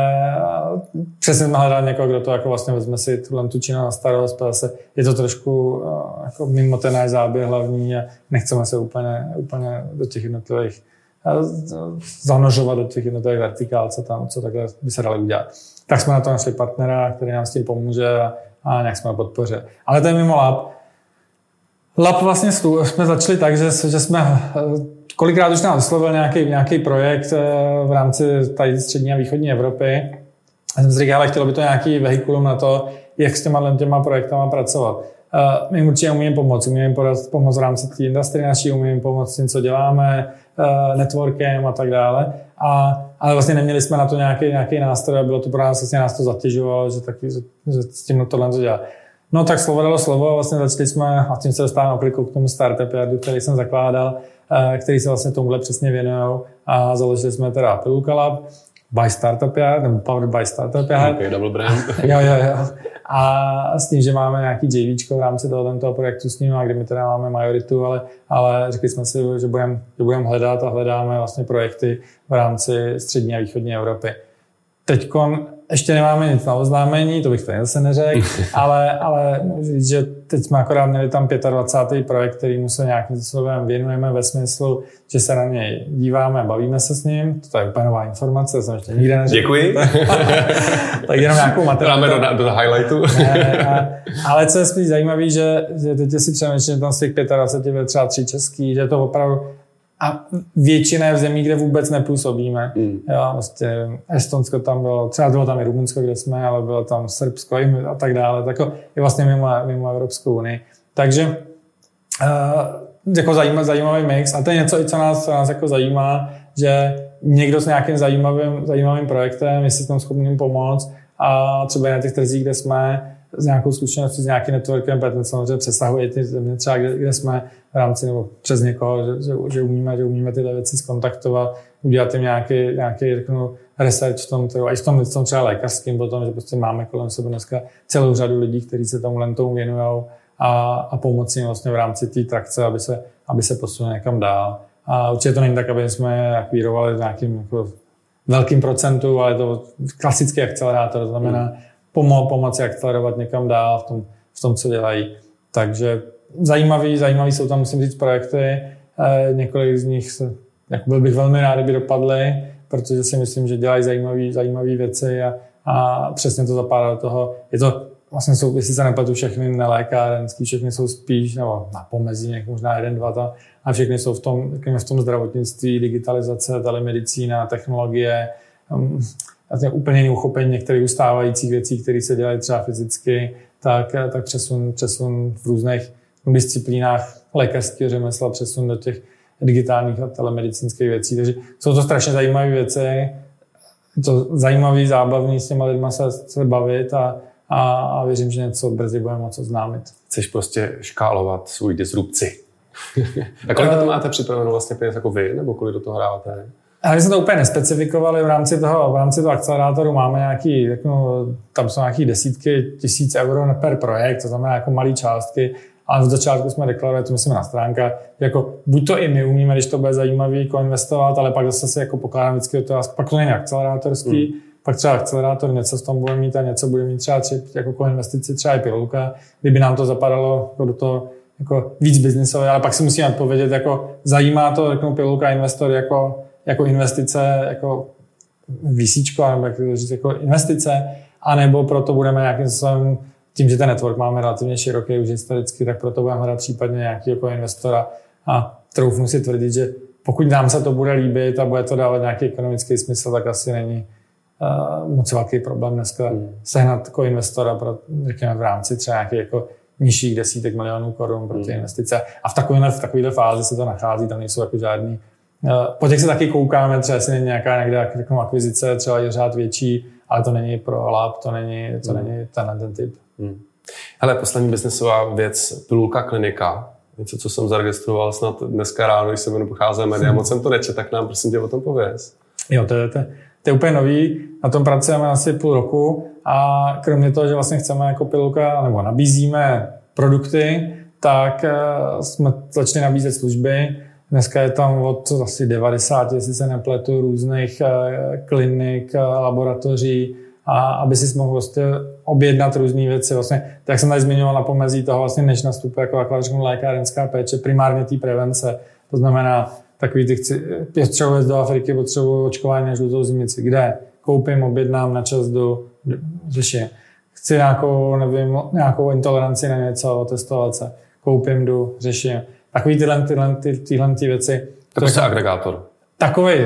přesně jsme hledali někoho, kdo to jako vlastně vezme si tuhle tu Čínu na starost, zase je to trošku jako mimo ten náš záběr hlavní a nechceme se úplně, úplně do těch jednotlivých zanožovat do těch jednotlivých vertikál, co tam, co takhle by se dali udělat. Tak jsme na to našli partnera, který nám s tím pomůže a a nějak jsme ho podpořili. Ale to je mimo lab. Lab vlastně jsme začali tak, že, že jsme kolikrát už nám oslovil nějaký, nějaký projekt v rámci tady střední a východní Evropy. A jsem si říkal, ale chtělo by to nějaký vehikulum na to, jak s těma, těma projektama pracovat. My jim určitě umíme pomoct. Umíme jim podat pomoct v rámci té industry naší, umíme jim pomoct s tím, co děláme, networkem a tak dále. A, ale vlastně neměli jsme na to nějaký, nějaký nástroj a bylo to pro nás, vlastně nás to zatěžovalo, že, taky, že, že s tím tohle to dělá. No tak slovo dalo slovo a vlastně začali jsme, a tím se dostáváme oklikou k tomu Startup Yardu, který jsem zakládal, který se vlastně tomuhle přesně věnují a založili jsme teda Pilulka Lab, by Startup Yard, nebo Powered by Startup Yard. Okay, double brand. jo, jo, jo. A s tím, že máme nějaký JVčko v rámci toho, toho projektu s ním, a kde my teda máme majoritu, ale, ale řekli jsme si, že budeme že budem hledat a hledáme vlastně projekty v rámci střední a východní Evropy. Teďkon ještě nemáme nic na oznámení, to bych tady zase neřekl, ale, ale můžu říct, že teď jsme akorát měli tam dvacátý pátý projekt, kterýmu se nějakým způsobem věnujeme ve smyslu, že se na něj díváme, bavíme se s ním. To je úplně nová informace, jsem ještě nikde neřekl. Děkuji. Tak jenom nějakou materiálu. Dáme do, do highlightu. Ne, a, ale co je spíš zajímavé, že, že teď si přemýšlím, že tam z těch dvaceti pěti byl třeba tři český, že je to opravdu a většina je v zemí, kde vůbec nepůsobíme. Mm. Jo, vlastně Estonsko tam bylo, třeba bylo tam i Rumunsko, kde jsme, ale bylo tam Srbsko a tak dále. Tak je vlastně mimo, mimo Evropskou unii. Takže uh, jako zajímavý, zajímavý mix. A to je něco, co nás, co nás jako zajímá, že někdo s nějakým zajímavým, zajímavým projektem je si tam schopným pomoct a třeba na těch trzích, kde jsme, s nějakou zkušeností, s nějakým networkem, protože samozřejmě přesahuje ty země třeba, kde, kde jsme v rámci nebo přes někoho, že, že, že, umíme, že umíme tyhle věci zkontaktovat, udělat jim nějaký, nějaký řeknu, research v tom, i v tom, v tom třeba lékařským, potom, že prostě máme kolem sebe dneska celou řadu lidí, kteří se tomu len tomu věnují a, a pomoci jim vlastně v rámci té trakce, aby se, aby se posunuli někam dál. A určitě to není tak, aby jsme akvírovali v nějakým jako velkým procentu, ale je to klasický akcelerátor, to znamená mm. pomo- pomoci akcelerovat někam dál v tom, v tom, co dělají. Takže zajímavý, zajímavý jsou tam, musím říct, projekty. E, několik z nich se, jako byl bych velmi rád, kdyby dopadly, protože si myslím, že dělají zajímavé zajímavé věci a, a přesně to zapadá do toho. Je to vlastně jsou, jestli se nepletu, všechny nelékárenský, všechny jsou spíš, nebo na pomezí, něk, možná jeden, dva tam, a všechny jsou v tom, v tom zdravotnictví, digitalizace, telemedicína, technologie. vlastně úplně uchopení některých ustávajících věcí, které se dělají třeba fyzicky, tak, tak přesun, přesun v různých disciplínách lékařského řemesla, přesun do těch digitálních a telemedicínských věcí. Takže jsou to strašně zajímavé věci. To zajímavý, zábavný s těma lidma se, se bavit a, a, a věřím, že něco brzy budeme moc oznámit. Chceš prostě škálovat svůj disrupci. A kolik to máte připraveno vlastně peněz jako vy, nebo kolik do toho hráváte? Ale my jsme to úplně nespecifikovali. V rámci toho, v rámci toho akcelerátoru máme nějaký, řeknu, tam jsou nějaký desítky tisíc euro per projekt, to znamená jako malé částky. Ale v začátku jsme deklarovali, to myslím na stránkách, jako buď to i my umíme, když to bude zajímavý, jako investovat, ale pak zase si jako pokládám vždycky otázku, pak to není akcelerátorský, mm. pak třeba akcelerátor něco v tom bude mít a něco bude mít třeba tři, jako investici, třeba i pilulka, kdyby nám to zapadalo jako do toho jako víc biznisové, ale pak si musíme odpovědět, jako zajímá to, řeknu, pilulka investor jako, jako investice, jako VCčko, nebo jak to říct, jako investice, anebo proto budeme nějakým způsobem tím, že ten network máme relativně široký už historicky, tak proto budeme hledat případně nějaký jako investora a troufnu si tvrdit, že pokud nám se to bude líbit a bude to dávat nějaký ekonomický smysl, tak asi není uh, moc velký problém dneska hmm. sehnat jako investora pro, řekněme, v rámci třeba nějakých jako nižších desítek milionů korun pro ty hmm. investice. A v takovéhle, v takovéhle fázi se to nachází, tam nejsou jako žádný. Uh, po těch se taky koukáme, třeba jestli není nějaká někde řeknu, akvizice, třeba je řád větší, ale to není pro lab, to není, to hmm. není tenhle ten typ. Hmm. Hele, poslední biznesová věc, pilulka klinika. Něco, co jsem zaregistroval snad dneska ráno, když se mnou pocházel média, moc jsem to nečet, tak nám prosím tě o tom pověz. Jo, to je, to, to je úplně nový, na tom pracujeme asi půl roku a kromě toho, že vlastně chceme jako pilulka, nebo nabízíme produkty, tak jsme začali nabízet služby. Dneska je tam od asi devadesát, jestli se nepletu, různých klinik, laboratoří, a aby si mohl vlastně objednat různé věci. Vlastně, jak jsem tady zmiňoval na pomezí toho, vlastně, než nastupuje jako, jako řeknu, lékárenská péče, primárně té prevence. To znamená, takový ty chci, potřebuji jít do Afriky, potřebuji očkování na žlutou zimnici. Kde? Koupím, objednám, na čas jdu, řeším. Chci nějakou, nevím, nějakou intoleranci na něco, testovat se. Koupím, jdu, řeším. Takový tyhle, tyhle, ty, tyhle ty věci. To je prostě agregátor. Takový.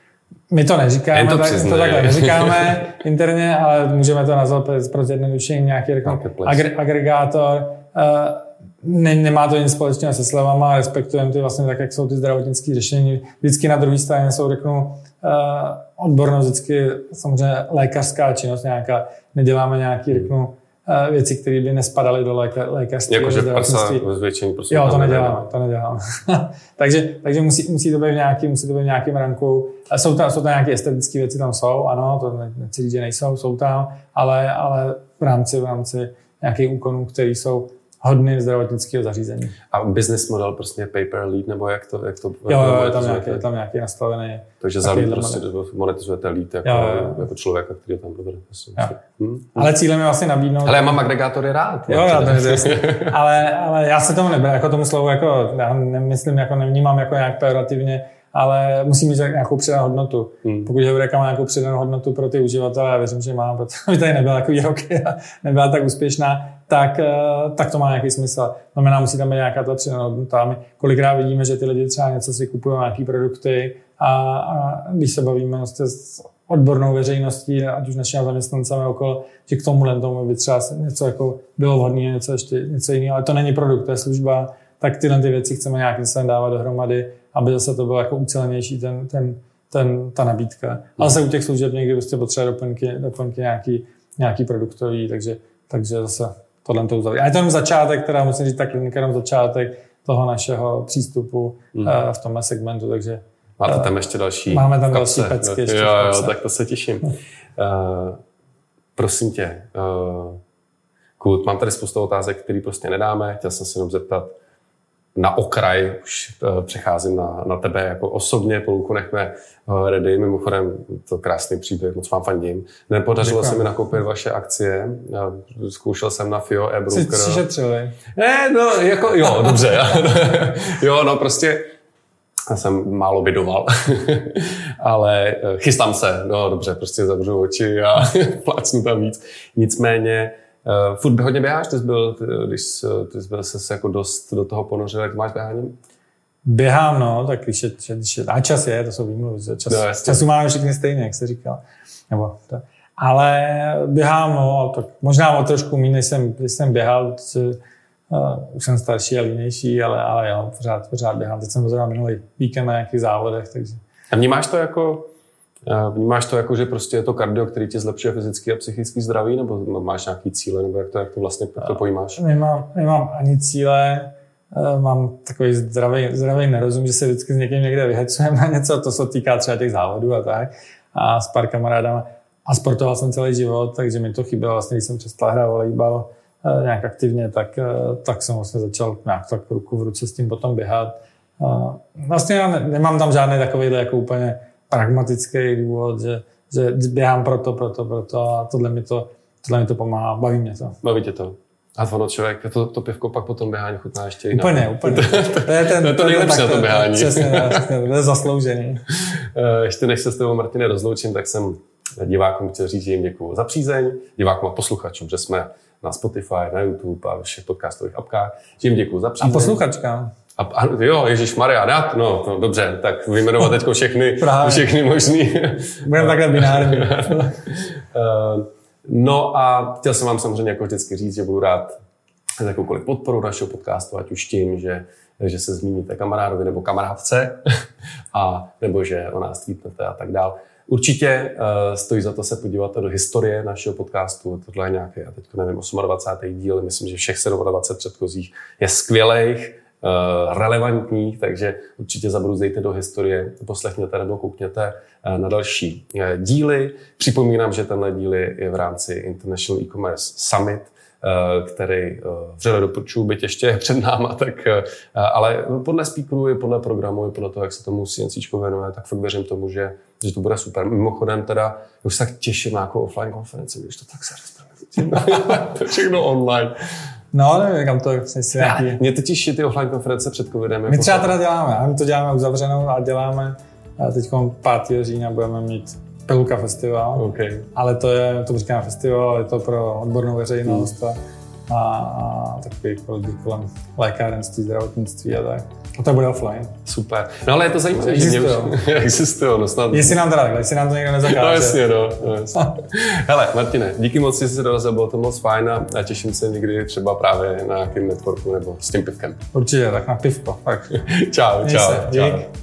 My to neříkáme, to, tak, to takhle neříkáme interně, ale můžeme to nazvat pro zjednodušení nějaký agre, agregátor. Ne, nemá to nic společného se slevama, respektujeme ty vlastně tak, jak jsou ty zdravotnické řešení. Vždycky na druhé straně jsou, řeknu, odbornost, vždycky samozřejmě lékařská činnost nějaká. Neděláme nějaký, řeknu, věci, které by nespadaly do léka, lékařství. Jakože prsa zvětšení prostě. Jo, to neděláme, to neděláme. takže takže musí, musí to být v nějakým, musí to být v nějakým ranku. Jsou tam, jsou tam nějaké estetické věci, tam jsou, ano, to nechci říct, že nejsou, jsou tam, ale, ale v rámci, v rámci nějakých úkonů, které jsou hodný zdravotnického zařízení. A business model prostě pay per lead, nebo jak to, jak to jo, jo, je tam nějaký, je tam nějaký nastavený. Takže za lead prostě monetizujete lead jako, jo, jo. jako člověka, který tam provede. Hmm. Ale cílem je vlastně nabídnout. Ale já mám agregátory rád. Jo, já to jasně. ale, ale já se tomu neberu, jako tomu slovu, jako, já nemyslím, jako nevnímám jako nějak pejorativně, ale musí mít nějakou přidanou hodnotu. Hmm. Pokud Heureka má nějakou přidanou hodnotu pro ty uživatele, já věřím, že má, protože tady nebyla takový roky a nebyla tak úspěšná, tak, tak to má nějaký smysl. Znamená, musí tam být nějaká ta přidaná hodnota. My kolikrát vidíme, že ty lidi třeba něco si kupují, nějaký produkty a, a když se bavíme vlastně s odbornou veřejností, ať už našimi zaměstnancami okolo, že k tomuhle tomu by třeba něco jako bylo vhodné, něco ještě něco jiného, ale to není produkt, to je služba, tak tyhle ty věci chceme nějakým způsobem dávat dohromady, aby zase to bylo jako ucelenější ten, ten, ten, ta nabídka. Ale se u těch služeb někdy prostě potřebuje doplňky, doplňky nějaký, nějaký produktový, takže, takže zase tohle to uzavřít. A je to jenom začátek, teda musím říct, ta klinika jenom začátek toho našeho přístupu hmm. uh, v tomhle segmentu, takže máte tam ještě další máme tam další pecky ještě jo, jo, tak to se těším. uh, prosím tě, uh, Kult, mám tady spoustu otázek, které prostě nedáme. Chtěl jsem se jenom zeptat, na okraj už uh, přecházím na, na tebe jako osobně, půlku nechme uh, ready. Mimochodem, to krásný příběh, moc vám fandím. Nepodařilo se mi nakoupit vaše akcie. Já zkoušel jsem na F I O e-broker. Jsi šetřili? Ne, no, jako, jo, dobře. jo, no prostě já jsem málo bidoval, ale chystám se, no dobře, prostě zavřu oči a plácnu tam víc. Nicméně, uh, furt hodně běháš, ty jsi byl, ty, když ty jsi byl se jako dost do toho ponořil, jak máš běháním? Běhám, no, tak když je, když je, a čas je, to jsou výmluvy, čas, no, času máme všichni stejně, jak se říkal. Nebo to. Ale běhám, no, tak možná o trošku méně, než jsem, než jsem běhal, protože, uh, už jsem starší a línější, ale, ale jo, pořád, pořád běhám. Teď jsem pořád minulý víkend na nějakých závodech, takže... A vnímáš to jako, vnímáš to jako, že prostě je to kardio, který ti zlepšuje fyzicky a psychický zdraví, nebo máš nějaký cíle, nebo jak to, jak to vlastně to pojímáš? Nemám, nemám ani cíle, mám takový zdravý, zdravý nerozum, že se vždycky s někým někde vyhecujeme na něco, to se týká třeba těch závodů a tak, a s pár kamarádama. A sportoval jsem celý život, takže mi to chybělo. Vlastně, když jsem přestal hrát volejbal nějak aktivně, tak, tak jsem vlastně začal nějak tak ruku v ruce s tím potom běhat. Vlastně já nemám tam žádný takový jako úplně pragmatický důvod, že, že běhám proto, proto, proto a tohle mi to, tohle mi to pomáhá, baví mě to. Baví tě to. A ono člověk, to, to pivko pak potom běhání chutná ještě jinak. Úplně, úplně. To je ten, to, je to nejlepší na to běhání. Přesně, přesně, to je zasloužený. Ještě než se s tebou, Martine, rozloučím, tak jsem divákům chtěl říct, že jim děkuju za přízeň, divákům a posluchačům, že jsme na Spotify, na YouTube a ve všech podcastových apkách, že jim děkuju za přízeň. A posluchačkám. A, a jo, ježišmarja, dát, no, no dobře, tak vyjmenovat teďko všechny, všechny možný. Budeme takhle binární. No a chtěl jsem vám samozřejmě jako vždycky říct, že budu rád za jakoukoliv podporu našeho podcastu, ať už tím, že, že se zmíníte kamarádovi nebo kamarádce, a nebo že o nás tweetnete a tak dál. Určitě uh, stojí za to se podívat do historie našeho podcastu. Tohle je nějaký, já teď nevím, dvacátý osmý díl, myslím, že všech dvacet sedm předchozích je skvělejch, uh, relevantních, takže určitě zabruzdejte do historie, poslechněte nebo koukněte uh, na další uh, díly. Připomínám, že tenhle díl je v rámci International E-commerce Summit, který vřele doporučuji, byť ještě je před náma, tak, ale podle speakerů i podle programu, i podle toho, jak se tomu CNCčko věnuje, tak fakt věřím tomu, že, že to bude super. Mimochodem teda, už se tak těším na nějakou offline konferenci, když to tak se rozprávím. To je všechno online. No, nevím, kam to si nějaký... Mě totiž ty offline konference před covidem... My jako třeba teda děláme, my to děláme uzavřenou a děláme teď pátého října budeme mít Pilulka festival, okay. Ale to je, to říkám festival, je to pro odbornou veřejnost a, a, a takový lidi kolem lékárenství, zdravotnictví a tak. A to bude offline. Super. No ale je to zajímavé, že mě existují, no snad. Jestli nám teda, jestli nám to někdo nezakáže. No jasně, no. no jasně. Hele, Martine, díky moc, že jsi se dorazil, bylo to moc fajn a těším se někdy třeba právě na nějakém networku nebo s tím pivkem. Určitě, tak na pivko. Tak. Čau, čau. Dík.